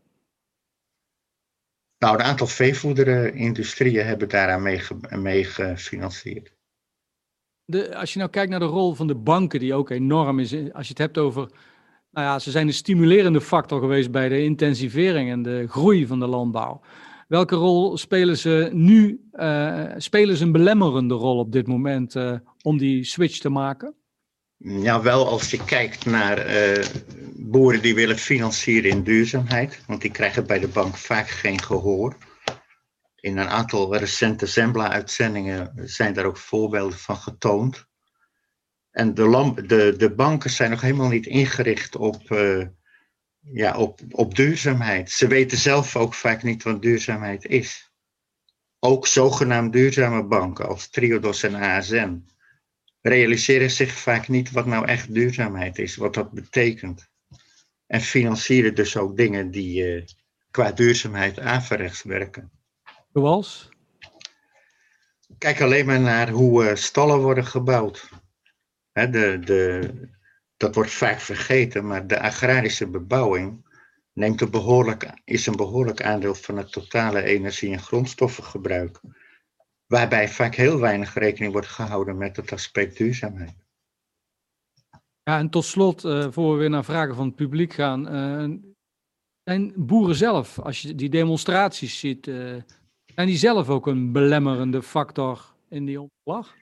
Nou, een aantal veevoederindustrieën hebben daaraan mee, mee gefinancierd. De, als je nou kijkt naar de rol van de banken, die ook enorm is, als je het hebt over, nou ja, ze zijn een stimulerende factor geweest bij de intensivering en de groei van de landbouw. Welke rol spelen ze nu, uh, spelen ze een belemmerende rol op dit moment uh, om die switch te maken? Ja, wel als je kijkt naar uh, boeren die willen financieren in duurzaamheid, want die krijgen bij de bank vaak geen gehoor. In een aantal recente Zembla-uitzendingen zijn daar ook voorbeelden van getoond. En de, lamp, de, de banken zijn nog helemaal niet ingericht op, uh, ja, op, op duurzaamheid. Ze weten zelf ook vaak niet wat duurzaamheid is. Ook zogenaamd duurzame banken als Triodos en A S N realiseren zich vaak niet wat nou echt duurzaamheid is, wat dat betekent. En financieren dus ook dingen die uh, qua duurzaamheid averechts werken. Zoals? Kijk alleen maar naar hoe uh, stallen worden gebouwd. He, de, de, dat wordt vaak vergeten, maar de agrarische bebouwing neemt een behoorlijk, is een behoorlijk aandeel van het totale energie- en grondstoffengebruik. Waarbij vaak heel weinig rekening wordt gehouden met het aspect duurzaamheid. Ja, en tot slot, uh, voor we weer naar vragen van het publiek gaan. Uh, zijn boeren zelf, als je die demonstraties ziet, uh, zijn die zelf ook een belemmerende factor in die opslag?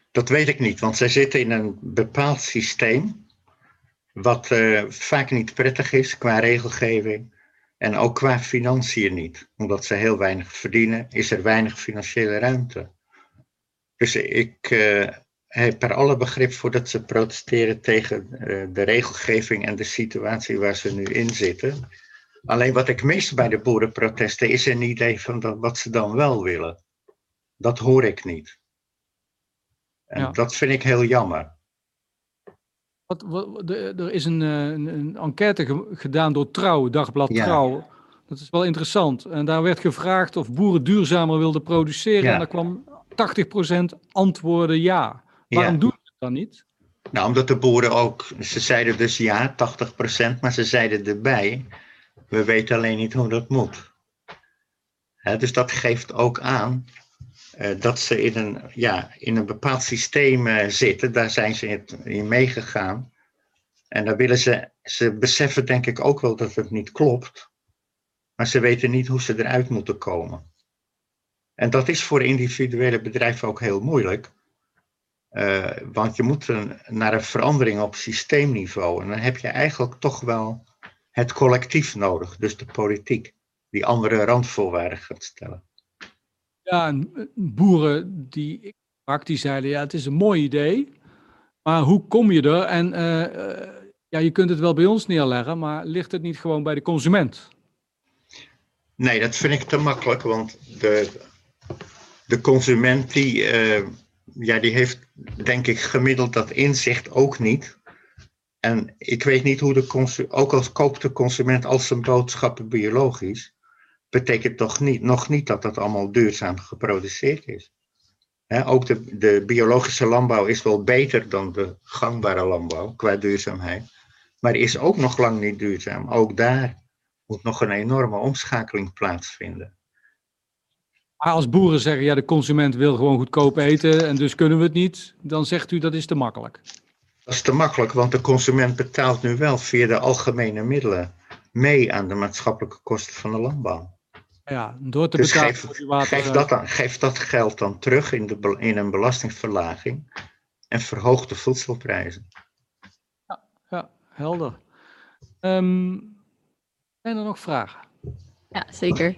Dat weet ik niet, want zij zitten in een bepaald systeem, wat uh, vaak niet prettig is qua regelgeving en ook qua financiën niet. Omdat ze heel weinig verdienen, is er weinig financiële ruimte. Dus ik uh, heb er alle begrip voor dat ze protesteren tegen uh, de regelgeving en de situatie waar ze nu in zitten. Alleen wat ik mis bij de boerenprotesten is een idee van dat, wat ze dan wel willen. Dat hoor ik niet. En ja. Dat vind ik heel jammer. Wat, wat, de, er is een, een, een enquête ge, gedaan door Trouw, Dagblad ja. Trouw. Dat is wel interessant. En daar werd gevraagd of boeren duurzamer wilden produceren. Ja. En daar kwam tachtig procent antwoorden ja. Waarom ja. doen ze het dan niet? Nou, omdat de boeren ook, ze zeiden dus ja, tachtig procent, maar ze zeiden erbij, we weten alleen niet hoe dat moet. He, dus dat geeft ook aan uh, dat ze in een, ja, in een bepaald systeem uh, zitten. Daar zijn ze in meegegaan. En dan willen ze, ze beseffen denk ik ook wel dat het niet klopt. Maar ze weten niet hoe ze eruit moeten komen. En dat is voor individuele bedrijven ook heel moeilijk. Uh, want je moet een, naar een verandering op systeemniveau. En dan heb je eigenlijk toch wel het collectief nodig. Dus de politiek. Die andere randvoorwaarden gaat stellen. Ja, en boeren die ik sprak, die zeiden, ja, het is een mooi idee, maar hoe kom je er? En uh, uh, ja, je kunt het wel bij ons neerleggen, maar ligt het niet gewoon bij de consument? Nee, dat vind ik te makkelijk, want de, de consument die, uh, ja, die heeft denk ik gemiddeld dat inzicht ook niet. En ik weet niet hoe de consument, ook al koopt de consument al zijn boodschappen biologisch, betekent toch niet, nog niet dat dat allemaal duurzaam geproduceerd is. He, ook de, de biologische landbouw is wel beter dan de gangbare landbouw qua duurzaamheid. Maar is ook nog lang niet duurzaam. Ook daar moet nog een enorme omschakeling plaatsvinden. Maar als boeren zeggen, ja, de consument wil gewoon goedkoop eten en dus kunnen we het niet, dan zegt u dat is te makkelijk. Dat is te makkelijk, want de consument betaalt nu wel via de algemene middelen mee aan de maatschappelijke kosten van de landbouw. Ja, door te dus betalen geef, voor die water... geef, dat dan, geef dat geld dan terug in, de, in een belastingverlaging en verhoog de voedselprijzen. Ja, ja helder. Um, zijn er nog vragen? Ja, zeker.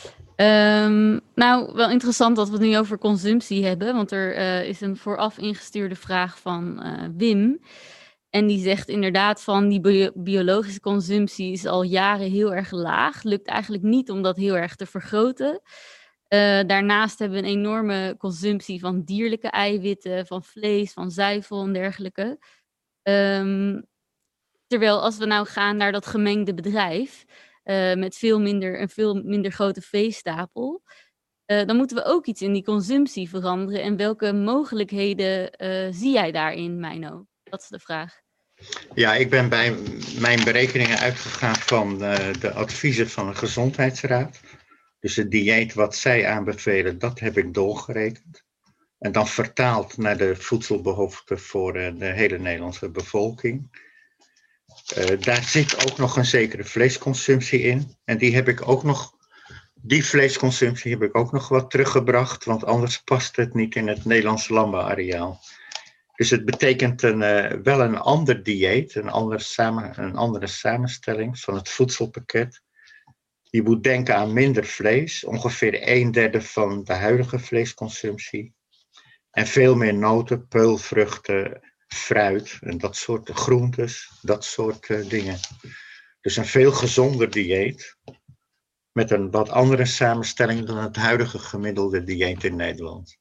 Um, nou, wel interessant dat we het nu over consumptie hebben, want er uh, is een vooraf ingestuurde vraag van uh, Wim. En die zegt inderdaad van die bio- biologische consumptie is al jaren heel erg laag. Lukt eigenlijk niet om dat heel erg te vergroten. Uh, daarnaast hebben we een enorme consumptie van dierlijke eiwitten, van vlees, van zuivel en dergelijke. Um, terwijl als we nou gaan naar dat gemengde bedrijf, uh, met veel minder, een veel minder grote veestapel, uh, dan moeten we ook iets in die consumptie veranderen. En welke mogelijkheden uh, zie jij daarin, Meino? Dat is de vraag. Ja, ik ben bij mijn berekeningen uitgegaan van uh, de adviezen van de Gezondheidsraad. Dus het dieet wat zij aanbevelen, dat heb ik doorgerekend. En dan vertaald naar de voedselbehoeften voor uh, de hele Nederlandse bevolking. Uh, daar zit ook nog een zekere vleesconsumptie in. En die heb ik ook nog, die vleesconsumptie heb ik ook nog wat teruggebracht. Want anders past het niet in het Nederlandse landbouwareaal. Dus het betekent een, uh, wel een ander dieet, een andere, samen, een andere samenstelling van het voedselpakket. Je moet denken aan minder vlees, ongeveer een derde van de huidige vleesconsumptie. En veel meer noten, peulvruchten, fruit en dat soort groentes, dat soort uh, dingen. Dus een veel gezonder dieet, met een wat andere samenstelling dan het huidige gemiddelde dieet in Nederland.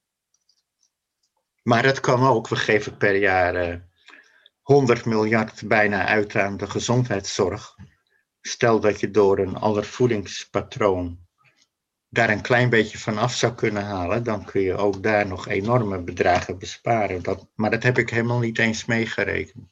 Maar dat kan ook. We geven per jaar uh, honderd miljard bijna uit aan de gezondheidszorg. Stel dat je door een ander voedingspatroon daar een klein beetje van af zou kunnen halen, dan kun je ook daar nog enorme bedragen besparen. Dat, maar dat heb ik helemaal niet eens meegerekend.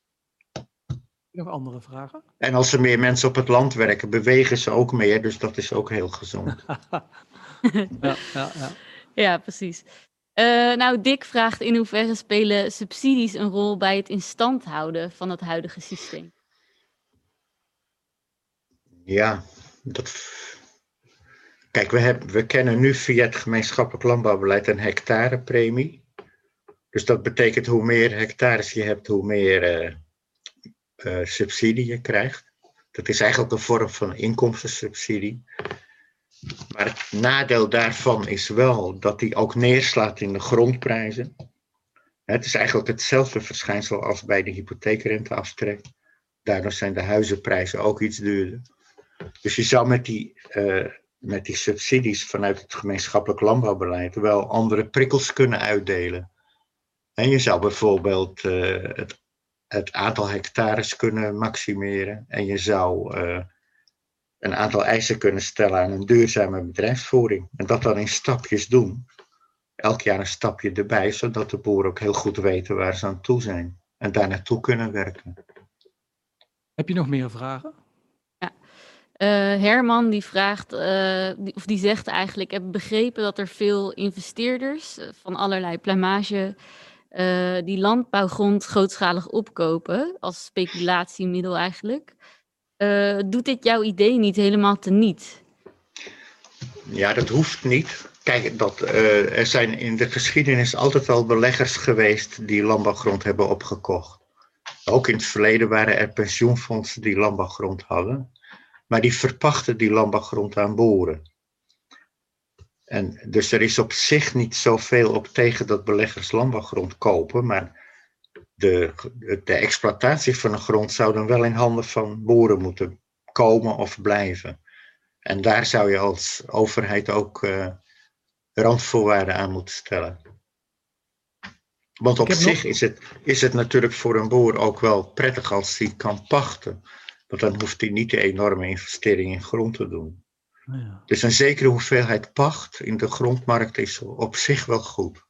Nog andere vragen? En als er meer mensen op het land werken, bewegen ze ook meer, dus dat is ook heel gezond. ja, ja, ja. ja, precies. Uh, nou, Dick vraagt in hoeverre spelen subsidies een rol bij het in stand houden van het huidige systeem? Ja, dat... Kijk, we, hebben, we kennen nu via het gemeenschappelijk landbouwbeleid een hectarepremie. Dus dat betekent hoe meer hectares je hebt, hoe meer uh, uh, subsidie je krijgt. Dat is eigenlijk een vorm van inkomstensubsidie. Maar het nadeel daarvan is wel dat die ook neerslaat in de grondprijzen. Het is eigenlijk hetzelfde verschijnsel als bij de hypotheekrenteaftrek. Daardoor zijn de huizenprijzen ook iets duurder. Dus je zou met die, uh, met die subsidies vanuit het gemeenschappelijk landbouwbeleid wel andere prikkels kunnen uitdelen. En je zou bijvoorbeeld uh, het, het aantal hectares kunnen maximeren. En je zou uh, een aantal eisen kunnen stellen aan een duurzame bedrijfsvoering. En dat dan in stapjes doen. Elk jaar een stapje erbij, zodat de boeren ook heel goed weten waar ze aan toe zijn. En daar naartoe kunnen werken. Heb je nog meer vragen? Ja. Uh, Herman die vraagt, uh, die, of die zegt eigenlijk, ik heb begrepen dat er veel investeerders uh, van allerlei pluimage uh, die landbouwgrond grootschalig opkopen, als speculatiemiddel eigenlijk. Uh, doet dit jouw idee niet helemaal teniet? Ja, dat hoeft niet. Kijk, dat, uh, er zijn in de geschiedenis altijd al beleggers geweest die landbouwgrond hebben opgekocht. Ook in het verleden waren er pensioenfondsen die landbouwgrond hadden. Maar die verpachten die landbouwgrond aan boeren. En dus er is op zich niet zoveel op tegen dat beleggers landbouwgrond kopen. Maar de, de exploitatie van de grond zou dan wel in handen van boeren moeten komen of blijven. En daar zou je als overheid ook uh, randvoorwaarden aan moeten stellen. Want op zich nog... is, het, is het natuurlijk voor een boer ook wel prettig als hij kan pachten. Want dan hoeft hij niet de enorme investering in grond te doen. Ja. Dus een zekere hoeveelheid pacht in de grondmarkt is op zich wel goed.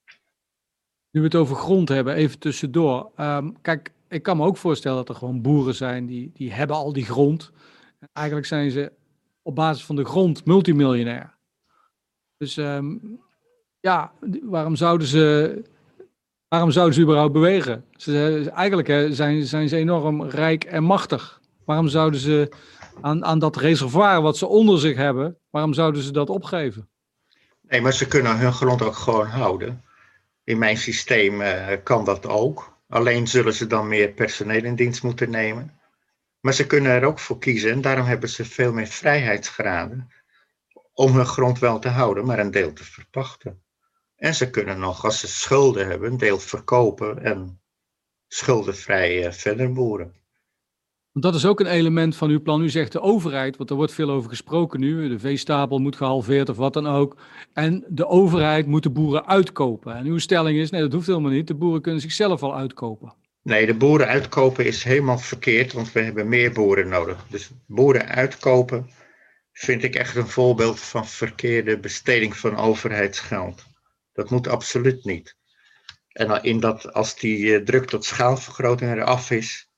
Nu we het over grond hebben, even tussendoor. Um, kijk, ik kan me ook voorstellen dat er gewoon boeren zijn die, die hebben al die grond. Eigenlijk zijn ze op basis van de grond multimiljonair. Dus um, ja, waarom zouden ze... Waarom zouden ze überhaupt bewegen? Ze, eigenlijk hè, zijn, zijn ze enorm rijk en machtig. Waarom zouden ze aan, aan dat reservoir wat ze onder zich hebben, waarom zouden ze dat opgeven? Nee, maar ze kunnen hun grond ook gewoon houden. In mijn systeem uh, kan dat ook. Alleen zullen ze dan meer personeel in dienst moeten nemen. Maar ze kunnen er ook voor kiezen en daarom hebben ze veel meer vrijheidsgraden om hun grond wel te houden, maar een deel te verpachten. En ze kunnen nog, als ze schulden hebben, een deel verkopen en schuldenvrij uh, verder boeren. Want dat is ook een element van uw plan. U zegt de overheid, want er wordt veel over gesproken nu. De veestapel moet gehalveerd of wat dan ook. En de overheid moet de boeren uitkopen. En uw stelling is, nee, dat hoeft helemaal niet. De boeren kunnen zichzelf al uitkopen. Nee, de boeren uitkopen is helemaal verkeerd, want we hebben meer boeren nodig. Dus boeren uitkopen vind ik echt een voorbeeld van verkeerde besteding van overheidsgeld. Dat moet absoluut niet. En in dat, als die uh, druk tot schaalvergroting eraf is,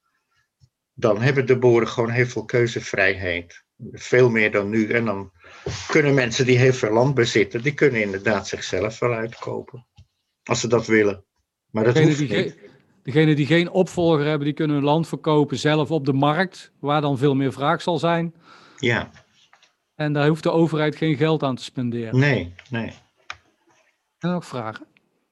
dan hebben de boeren gewoon heel veel keuzevrijheid. Veel meer dan nu. En dan kunnen mensen die heel veel land bezitten, die kunnen inderdaad zichzelf wel uitkopen. Als ze dat willen. Maar dat degene hoeft die niet. Ge- degenen die geen opvolger hebben, die kunnen hun land verkopen zelf op de markt, waar dan veel meer vraag zal zijn. Ja. En daar hoeft de overheid geen geld aan te spenderen. Nee, nee. En nog vragen?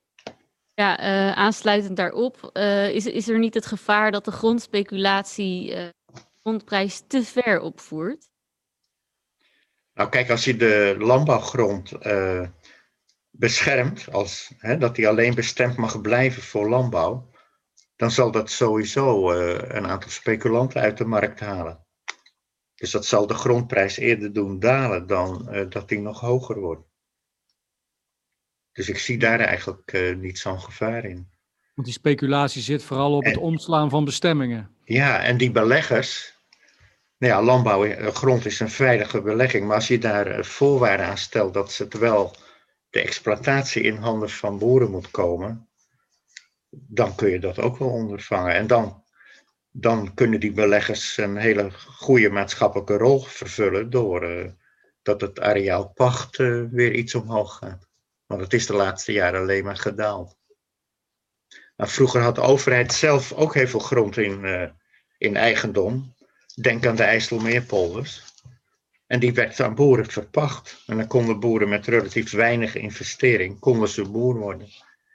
Ja, uh, aansluitend daarop, uh, is, is er niet het gevaar dat de grondspeculatie uh, de grondprijs te ver opvoert? Nou kijk, als je de landbouwgrond uh, beschermt, als, hè, dat die alleen bestemd mag blijven voor landbouw, dan zal dat sowieso uh, een aantal speculanten uit de markt halen. Dus dat zal de grondprijs eerder doen dalen dan uh, dat die nog hoger wordt. Dus ik zie daar eigenlijk uh, niet zo'n gevaar in. Want die speculatie zit vooral op en, het omslaan van bestemmingen. Ja, en die beleggers. Nou ja, landbouw, grond is een veilige belegging. Maar als je daar voorwaarden aan stelt dat het wel de exploitatie in handen van boeren moet komen, dan kun je dat ook wel ondervangen. En dan, dan kunnen die beleggers een hele goede maatschappelijke rol vervullen door uh, dat het areaal pacht uh, weer iets omhoog gaat. Want het is de laatste jaren alleen maar gedaald. Maar vroeger had de overheid zelf ook heel veel grond in, uh, in eigendom. Denk aan de IJsselmeerpolders. En die werd aan boeren verpacht. En dan konden boeren met relatief weinig investering, konden ze boer worden.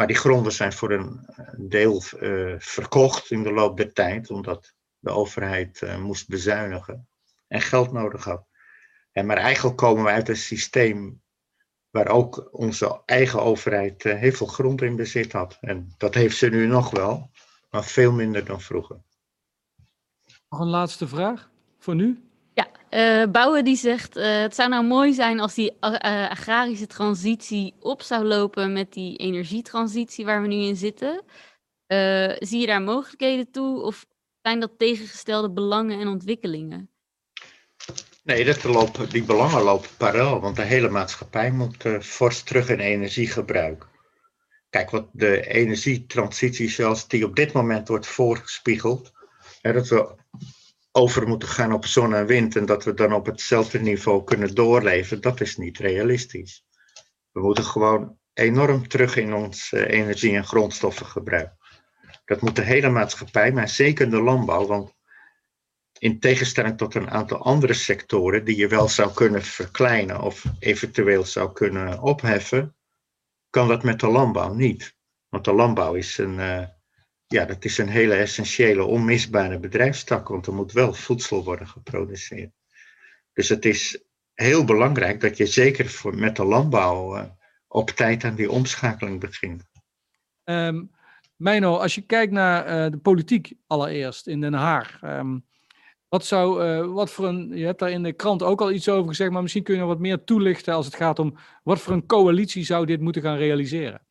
Maar die gronden zijn voor een deel uh, verkocht in de loop der tijd, omdat de overheid uh, moest bezuinigen en geld nodig had. En maar eigenlijk komen we uit een systeem waar ook onze eigen overheid uh, heel veel grond in bezit had. En dat heeft ze nu nog wel, maar veel minder dan vroeger. Nog een laatste vraag voor nu? Ja, uh, Bouwe die zegt, uh, het zou nou mooi zijn als die uh, agrarische transitie op zou lopen met die energietransitie waar we nu in zitten. Uh, zie je daar mogelijkheden toe of zijn dat tegengestelde belangen en ontwikkelingen? Nee, dat lopen, die belangen lopen parallel, want de hele maatschappij moet uh, fors terug in energiegebruik. Kijk, wat de energietransitie zoals die op dit moment wordt voorgespiegeld, hè, dat we over moeten gaan op zon en wind en dat we dan op hetzelfde niveau kunnen doorleven, dat is niet realistisch. We moeten gewoon enorm terug in ons uh, energie- en grondstoffengebruik. Dat moet de hele maatschappij, maar zeker de landbouw, want in tegenstelling tot een aantal andere sectoren die je wel zou kunnen verkleinen of eventueel zou kunnen opheffen, kan dat met de landbouw niet. Want de landbouw is een, uh, ja, dat is een hele essentiële, onmisbare bedrijfstak, want er moet wel voedsel worden geproduceerd. Dus het is heel belangrijk dat je zeker voor, met de landbouw uh, op tijd aan die omschakeling begint. Um, Meino, als je kijkt naar uh, de politiek allereerst in Den Haag. Um, Wat zou, uh, wat voor een, je hebt daar in de krant ook al iets over gezegd, maar misschien kun je nog wat meer toelichten als het gaat om wat voor een coalitie zou dit moeten gaan realiseren?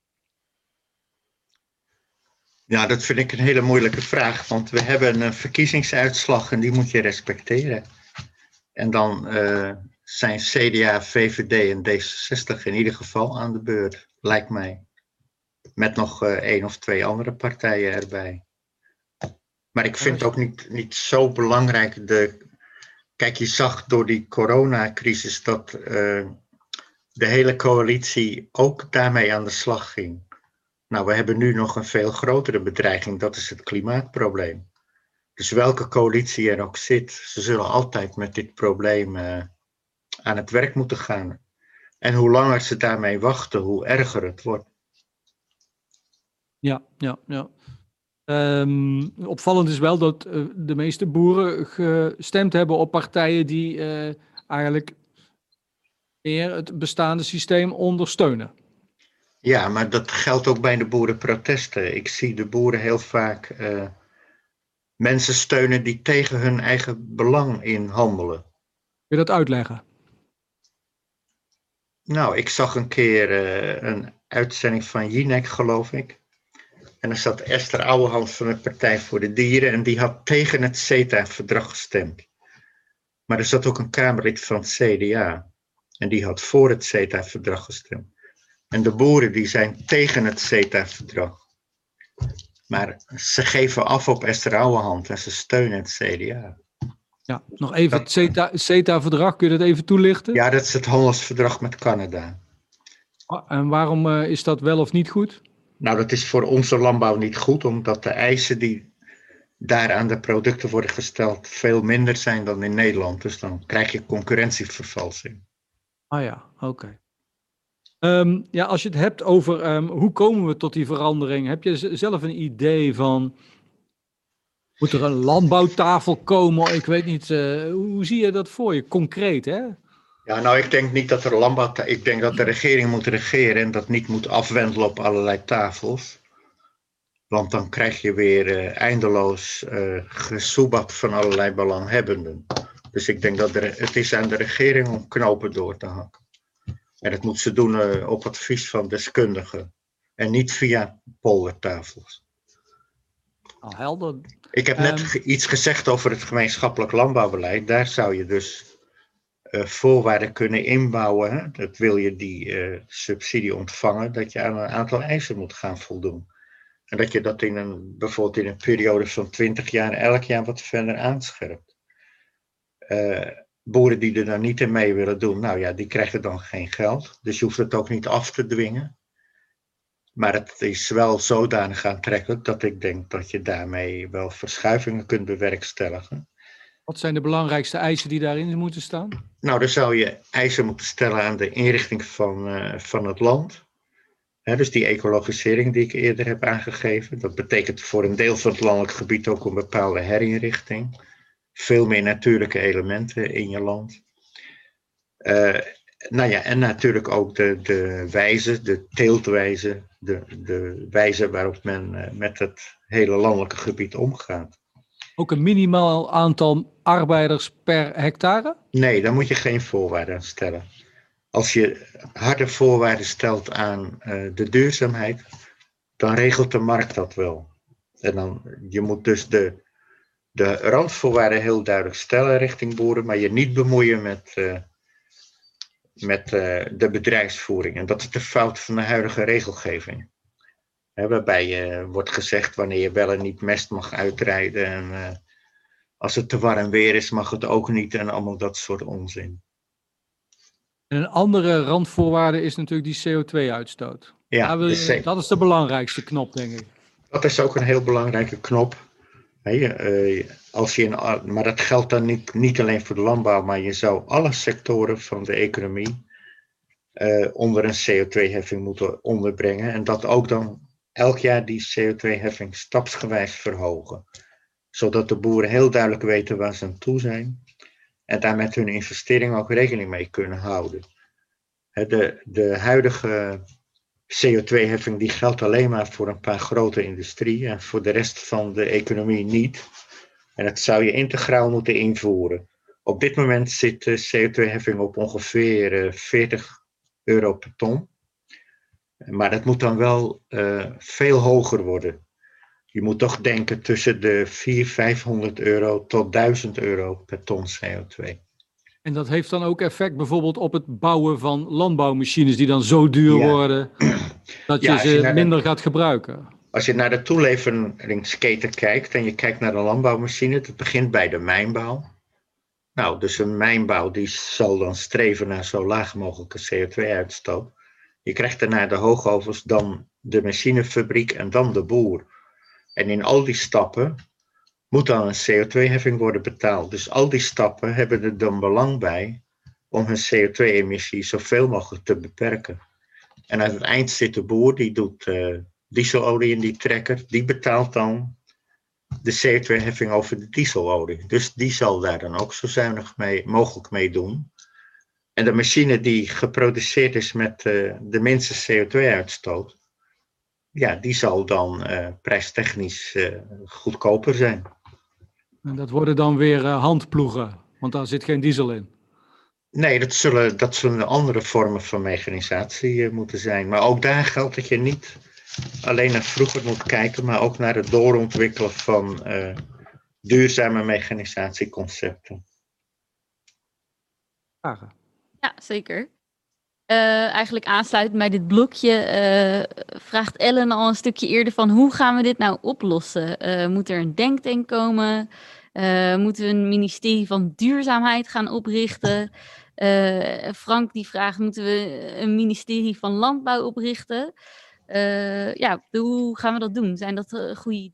Ja, dat vind ik een hele moeilijke vraag, want we hebben een verkiezingsuitslag en die moet je respecteren. En dan uh, zijn C D A, V V D en D zesenzestig in ieder geval aan de beurt, lijkt mij. Met nog uh, één of twee andere partijen erbij. Maar ik vind het ook niet, niet zo belangrijk. De, kijk, je zag door die coronacrisis dat uh, de hele coalitie ook daarmee aan de slag ging. Nou, we hebben nu nog een veel grotere bedreiging, dat is het klimaatprobleem. Dus welke coalitie er ook zit, ze zullen altijd met dit probleem uh, aan het werk moeten gaan. En hoe langer ze daarmee wachten, hoe erger het wordt. Ja, ja, ja. Um, opvallend is wel dat uh, de meeste boeren gestemd hebben op partijen die uh, eigenlijk meer het bestaande systeem ondersteunen. Ja, maar dat geldt ook bij de boerenprotesten. Ik zie de boeren heel vaak uh, mensen steunen die tegen hun eigen belang in handelen. Kun je dat uitleggen? Nou, ik zag een keer uh, een uitzending van Jinek, geloof ik. En er zat Esther Ouwehand van de Partij voor de Dieren en die had tegen het CETA-verdrag gestemd. Maar er zat ook een Kamerlid van het C D A en die had voor het CETA-verdrag gestemd. En de boeren die zijn tegen het CETA-verdrag. Maar ze geven af op Esther Ouwehand en ze steunen het C D A. Ja, nog even dat, het CETA-verdrag, kun je dat even toelichten? Ja, dat is het handelsverdrag met Canada. En waarom uh, is dat wel of niet goed? Nou, dat is voor onze landbouw niet goed, omdat de eisen die daar aan de producten worden gesteld veel minder zijn dan in Nederland. Dus dan krijg je concurrentievervalsing. Ah ja, oké. Okay. Um, ja, als je het hebt over um, hoe komen we tot die verandering, heb je z- zelf een idee van, moet er een landbouwtafel komen? Ik weet niet, uh, hoe zie je dat voor je, concreet hè? Ja, nou, ik denk niet dat er landbouw... Ik denk dat de regering moet regeren en dat niet moet afwendelen op allerlei tafels. Want dan krijg je weer uh, eindeloos uh, gesoebat van allerlei belanghebbenden. Dus ik denk dat er, het is aan de regering om knopen door te hakken. En dat moet ze doen uh, op advies van deskundigen. En niet via poldertafels. Al helder. Ik heb net um... ge- iets gezegd over het gemeenschappelijk landbouwbeleid. Daar zou je dus... Uh, voorwaarden kunnen inbouwen, hè? Dat wil je die uh, subsidie ontvangen, dat je aan een aantal eisen moet gaan voldoen. En dat je dat in een, bijvoorbeeld in een periode van twintig jaar elk jaar wat verder aanscherpt. Uh, boeren die er dan niet in mee willen doen, nou ja, die krijgen dan geen geld. Dus je hoeft het ook niet af te dwingen. Maar het is wel zodanig aantrekkelijk dat ik denk dat je daarmee wel verschuivingen kunt bewerkstelligen. Wat zijn de belangrijkste eisen die daarin moeten staan? Nou, dan zou je eisen moeten stellen aan de inrichting van, uh, van het land. He, dus die ecologisering die ik eerder heb aangegeven, dat betekent voor een deel van het landelijk gebied ook een bepaalde herinrichting. Veel meer natuurlijke elementen in je land. Uh, nou ja, en natuurlijk ook de, de wijze, de teeltwijze, de, de wijze waarop men uh, met het hele landelijke gebied omgaat. Ook een minimaal aantal arbeiders per hectare? Nee, daar moet je geen voorwaarden aan stellen. Als je harde voorwaarden stelt aan uh, de duurzaamheid, dan regelt de markt dat wel. En dan, je moet dus de, de randvoorwaarden heel duidelijk stellen richting boeren, maar je niet bemoeien met, uh, met uh, de bedrijfsvoering. En dat is de fout van de huidige regelgeving. He, waarbij uh, wordt gezegd wanneer je wel en niet mest mag uitrijden. En uh, als het te warm weer is, mag het ook niet en allemaal dat soort onzin. En een andere randvoorwaarde is natuurlijk die C O twee uitstoot. Ja, wil je, de dat is de belangrijkste knop, denk ik. Dat is ook een heel belangrijke knop. He, uh, als je een, maar dat geldt dan niet, niet alleen voor de landbouw, maar je zou alle sectoren van de economie uh, onder een C O twee heffing moeten onderbrengen. En dat ook dan elk jaar die C O twee heffing stapsgewijs verhogen. Zodat de boeren heel duidelijk weten waar ze aan toe zijn. En daar met hun investering ook rekening mee kunnen houden. De, de huidige C O twee heffing die geldt alleen maar voor een paar grote industrieën. En voor de rest van de economie niet. En dat zou je integraal moeten invoeren. Op dit moment zit de C O twee heffing op ongeveer veertig euro per ton. Maar dat moet dan wel uh, veel hoger worden. Je moet toch denken tussen de vierhonderd, vijfhonderd euro tot duizend euro per ton C O twee. En dat heeft dan ook effect bijvoorbeeld op het bouwen van landbouwmachines die dan zo duur ja. worden dat je ja, ze je minder de, gaat gebruiken. Als je naar de toeleveringsketen kijkt en je kijkt naar de landbouwmachine, dat begint bij de mijnbouw. Nou, dus een mijnbouw die zal dan streven naar zo laag mogelijke C O twee uitstoot. Je krijgt daarna de hoogovens, dan de machinefabriek en dan de boer. En in al die stappen moet dan een C O twee heffing worden betaald. Dus al die stappen hebben er dan belang bij om hun C O twee emissie zoveel mogelijk te beperken. En aan het eind zit de boer, die doet uh, dieselolie in die trekker. Die betaalt dan de C O twee heffing over de dieselolie. Dus die zal daar dan ook zo zuinig mee, mogelijk mee doen. En de machine die geproduceerd is met uh, de minste C O twee uitstoot, ja, die zal dan uh, prijstechnisch uh, goedkoper zijn. En dat worden dan weer uh, handploegen, want daar zit geen diesel in. Nee, dat zullen, dat zullen andere vormen van mechanisatie uh, moeten zijn. Maar ook daar geldt dat je niet alleen naar vroeger moet kijken, maar ook naar het doorontwikkelen van uh, duurzame mechanisatieconcepten. Vragen? Ja, zeker. Uh, eigenlijk aansluitend bij dit blokje uh, vraagt Ellen al een stukje eerder van hoe gaan we dit nou oplossen? Uh, moet er een denktank komen? Uh, moeten we een ministerie van duurzaamheid gaan oprichten? Uh, Frank die vraagt, moeten we een ministerie van landbouw oprichten? Uh, ja, hoe gaan we dat doen? Zijn dat uh, goede...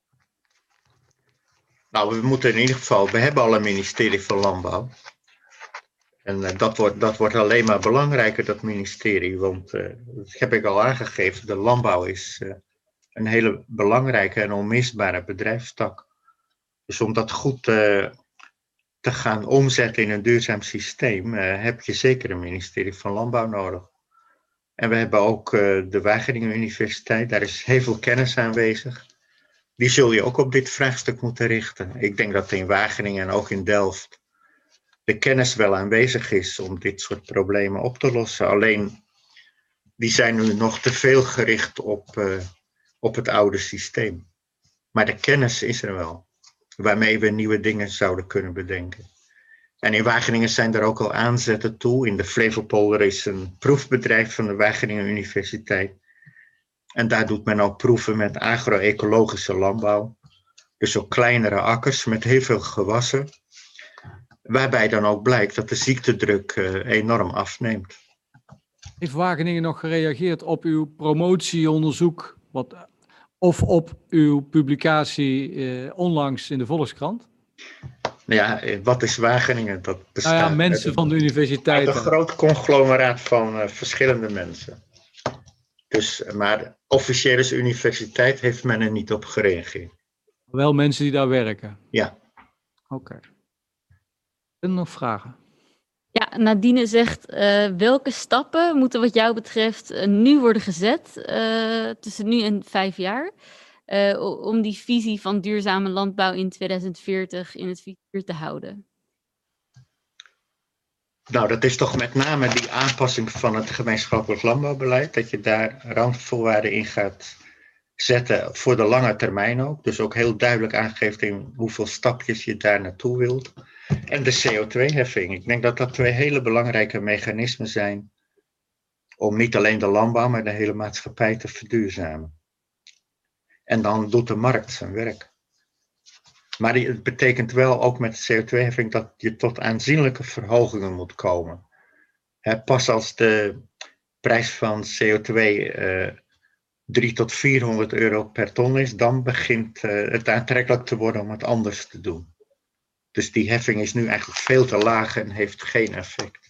Nou, we moeten in ieder geval, we hebben al een ministerie van Landbouw. En uh, dat, wordt, dat wordt alleen maar belangrijker, dat ministerie. Want, uh, dat heb ik al aangegeven, de landbouw is uh, een hele belangrijke en onmisbare bedrijfstak. Dus om dat goed uh, te gaan omzetten in een duurzaam systeem, uh, heb je zeker een ministerie van Landbouw nodig. En we hebben ook uh, de Wageningen Universiteit, daar is heel veel kennis aanwezig. Die zul je ook op dit vraagstuk moeten richten. Ik denk dat in Wageningen en ook in Delft de kennis wel aanwezig is om dit soort problemen op te lossen. Alleen, die zijn nu nog te veel gericht op, uh, op het oude systeem. Maar de kennis is er wel, waarmee we nieuwe dingen zouden kunnen bedenken. En in Wageningen zijn er ook al aanzetten toe. In de Flevopolder is een proefbedrijf van de Wageningen Universiteit. En daar doet men ook proeven met agro-ecologische landbouw. Dus ook kleinere akkers met heel veel gewassen. Waarbij dan ook blijkt dat de ziektedruk uh, enorm afneemt. Heeft Wageningen nog gereageerd op uw promotieonderzoek? Wat, of op uw publicatie uh, onlangs in de Volkskrant? Ja, wat is Wageningen? Dat bestaat nou ja, mensen uit van de universiteit. Uit een groot conglomeraat van uh, verschillende mensen. Dus, maar officieel als universiteit heeft men er niet op gereageerd. Wel mensen die daar werken? Ja. Oké. Okay. En nog vragen? Ja, Nadine zegt, uh, welke stappen moeten wat jou betreft uh, nu worden gezet, uh, tussen nu en vijf jaar, uh, om die visie van duurzame landbouw in tweeduizend veertig in het vizier te houden? Nou, dat is toch met name die aanpassing van het gemeenschappelijk landbouwbeleid, dat je daar randvoorwaarden in gaat zetten voor de lange termijn ook. Dus ook heel duidelijk aangeeft in hoeveel stapjes je daar naartoe wilt. En de C O twee heffing. Ik denk dat dat twee hele belangrijke mechanismen zijn om niet alleen de landbouw, maar de hele maatschappij te verduurzamen. En dan doet de markt zijn werk. Maar het betekent wel ook met de C O twee heffing dat je tot aanzienlijke verhogingen moet komen. He, pas als de prijs van C O twee uh, drie tot vierhonderd euro per ton is, dan begint uh, het aantrekkelijk te worden om het anders te doen. Dus die heffing is nu eigenlijk veel te laag en heeft geen effect.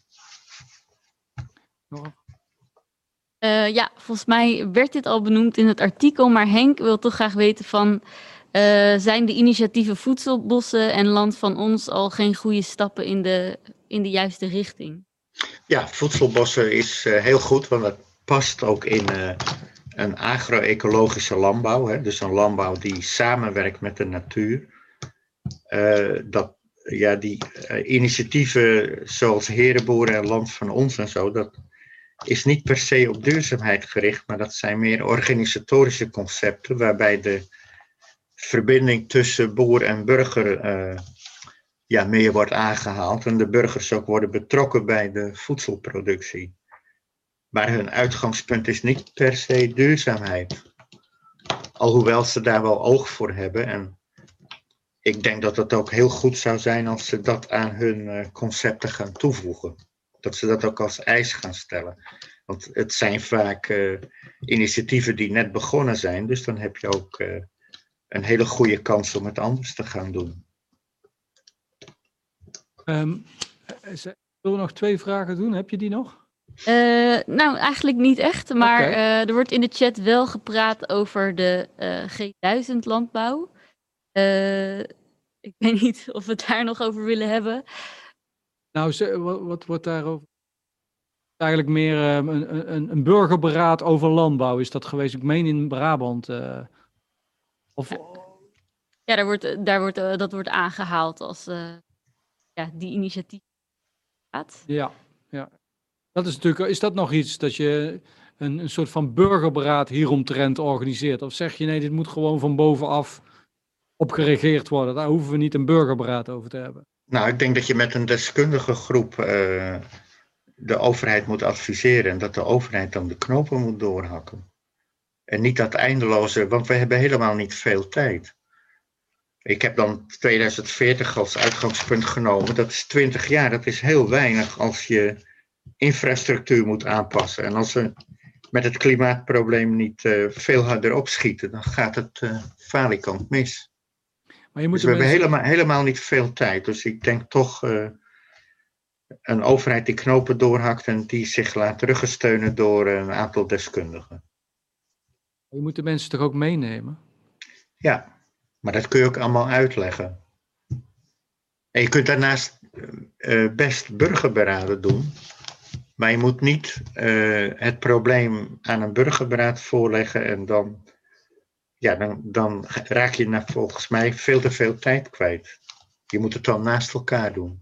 Uh, ja, volgens mij werd dit al benoemd in het artikel, maar Henk wil toch graag weten van, uh, zijn de initiatieven Voedselbossen en Land van Ons al geen goede stappen in de, in de juiste richting? Ja, Voedselbossen is uh, heel goed, want dat past ook in uh, een agro-ecologische landbouw. Hè? Dus een landbouw die samenwerkt met de natuur. Uh, dat, ja, die uh, initiatieven zoals Herenboeren en Land van Ons en zo, dat is niet per se op duurzaamheid gericht, maar dat zijn meer organisatorische concepten waarbij de verbinding tussen boer en burger uh, ja, meer wordt aangehaald en de burgers ook worden betrokken bij de voedselproductie. Maar hun uitgangspunt is niet per se duurzaamheid. Alhoewel ze daar wel oog voor hebben. En ik denk dat het ook heel goed zou zijn als ze dat aan hun uh, concepten gaan toevoegen. Dat ze dat ook als eis gaan stellen. Want het zijn vaak uh, initiatieven die net begonnen zijn. Dus dan heb je ook uh, een hele goede kans om het anders te gaan doen. Um, zullen we nog twee vragen doen? Heb je die nog? Uh, nou, eigenlijk niet echt. Maar okay. uh, er wordt in de chat wel gepraat over de uh, G duizend landbouw. Uh, ik weet niet of we het daar nog over willen hebben. Nou, wat, wat wordt daarover? Eigenlijk meer uh, een, een, een burgerberaad over landbouw is dat geweest. Ik meen in Brabant. Uh, of... Ja, ja daar wordt, daar wordt, uh, dat wordt aangehaald als uh, ja, die initiatief gaat. Ja, ja. Dat is natuurlijk, is dat nog iets dat je een, een soort van burgerberaad hieromtrent organiseert? Of zeg je nee, dit moet gewoon van bovenaf op geregeerd worden? Daar hoeven we niet een burgerberaad over te hebben. Nou, ik denk dat je met een deskundige groep uh, de overheid moet adviseren en dat de overheid dan de knopen moet doorhakken. En niet dat eindeloze, want we hebben helemaal niet veel tijd. Ik heb dan tweeduizend veertig als uitgangspunt genomen. Dat is twintig jaar, dat is heel weinig als je infrastructuur moet aanpassen. En als we met het klimaatprobleem niet uh, veel harder opschieten, dan gaat het uh, falikant mis. Maar je moet dus we mensen... hebben helemaal, helemaal niet veel tijd. Dus ik denk toch uh, een overheid die knopen doorhakt en die zich laat teruggesteunen door een aantal deskundigen. Je moet de mensen toch ook meenemen? Ja, maar dat kun je ook allemaal uitleggen. En je kunt daarnaast uh, best burgerberaden doen. Maar je moet niet uh, het probleem aan een burgerberaad voorleggen en dan, ja, dan, dan raak je na, volgens mij veel te veel tijd kwijt. Je moet het dan naast elkaar doen.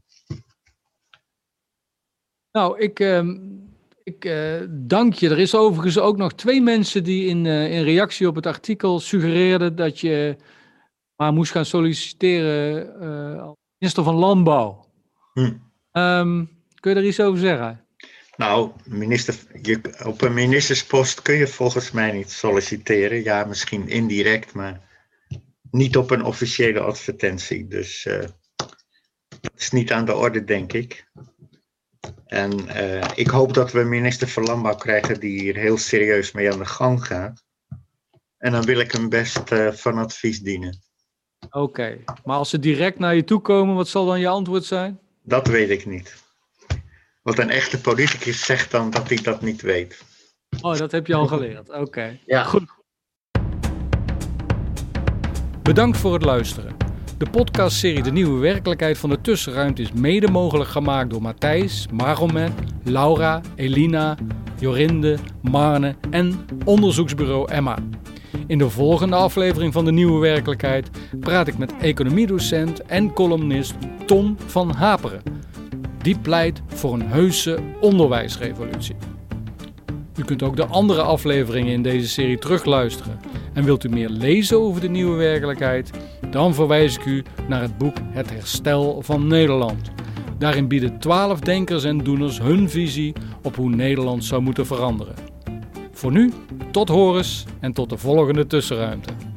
Nou, ik, uh, ik uh, dank je. Er is overigens ook nog twee mensen die in, uh, in reactie op het artikel suggereerden dat je maar moest gaan solliciteren uh, als minister van Landbouw. Hm. Um, kun je er iets over zeggen? Nou, minister, je, op een ministerspost kun je volgens mij niet solliciteren. Ja, misschien indirect, maar niet op een officiële advertentie. Dus uh, dat is niet aan de orde, denk ik. En uh, ik hoop dat we een minister van Landbouw krijgen die hier heel serieus mee aan de gang gaat. En dan wil ik hem best uh, van advies dienen. Oké, okay. Maar als ze direct naar je toe komen, wat zal dan je antwoord zijn? Dat weet ik niet. Want een echte politicus zegt dan dat hij dat niet weet. Oh, dat heb je al geleerd. Oké. Okay. Ja. Goed. Bedankt voor het luisteren. De podcastserie De Nieuwe Werkelijkheid van de Tussenruimte is mede mogelijk gemaakt door Matthijs, Magomet, Laura, Elina, Jorinde, Marne en onderzoeksbureau Emma. In de volgende aflevering van De Nieuwe Werkelijkheid praat ik met economiedocent en columnist Tom van Haperen. Die pleit voor een heuse onderwijsrevolutie. U kunt ook de andere afleveringen in deze serie terugluisteren. En wilt u meer lezen over de nieuwe werkelijkheid? Dan verwijs ik u naar het boek Het Herstel van Nederland. Daarin bieden twaalf denkers en doeners hun visie op hoe Nederland zou moeten veranderen. Voor nu, tot horens en tot de volgende tussenruimte.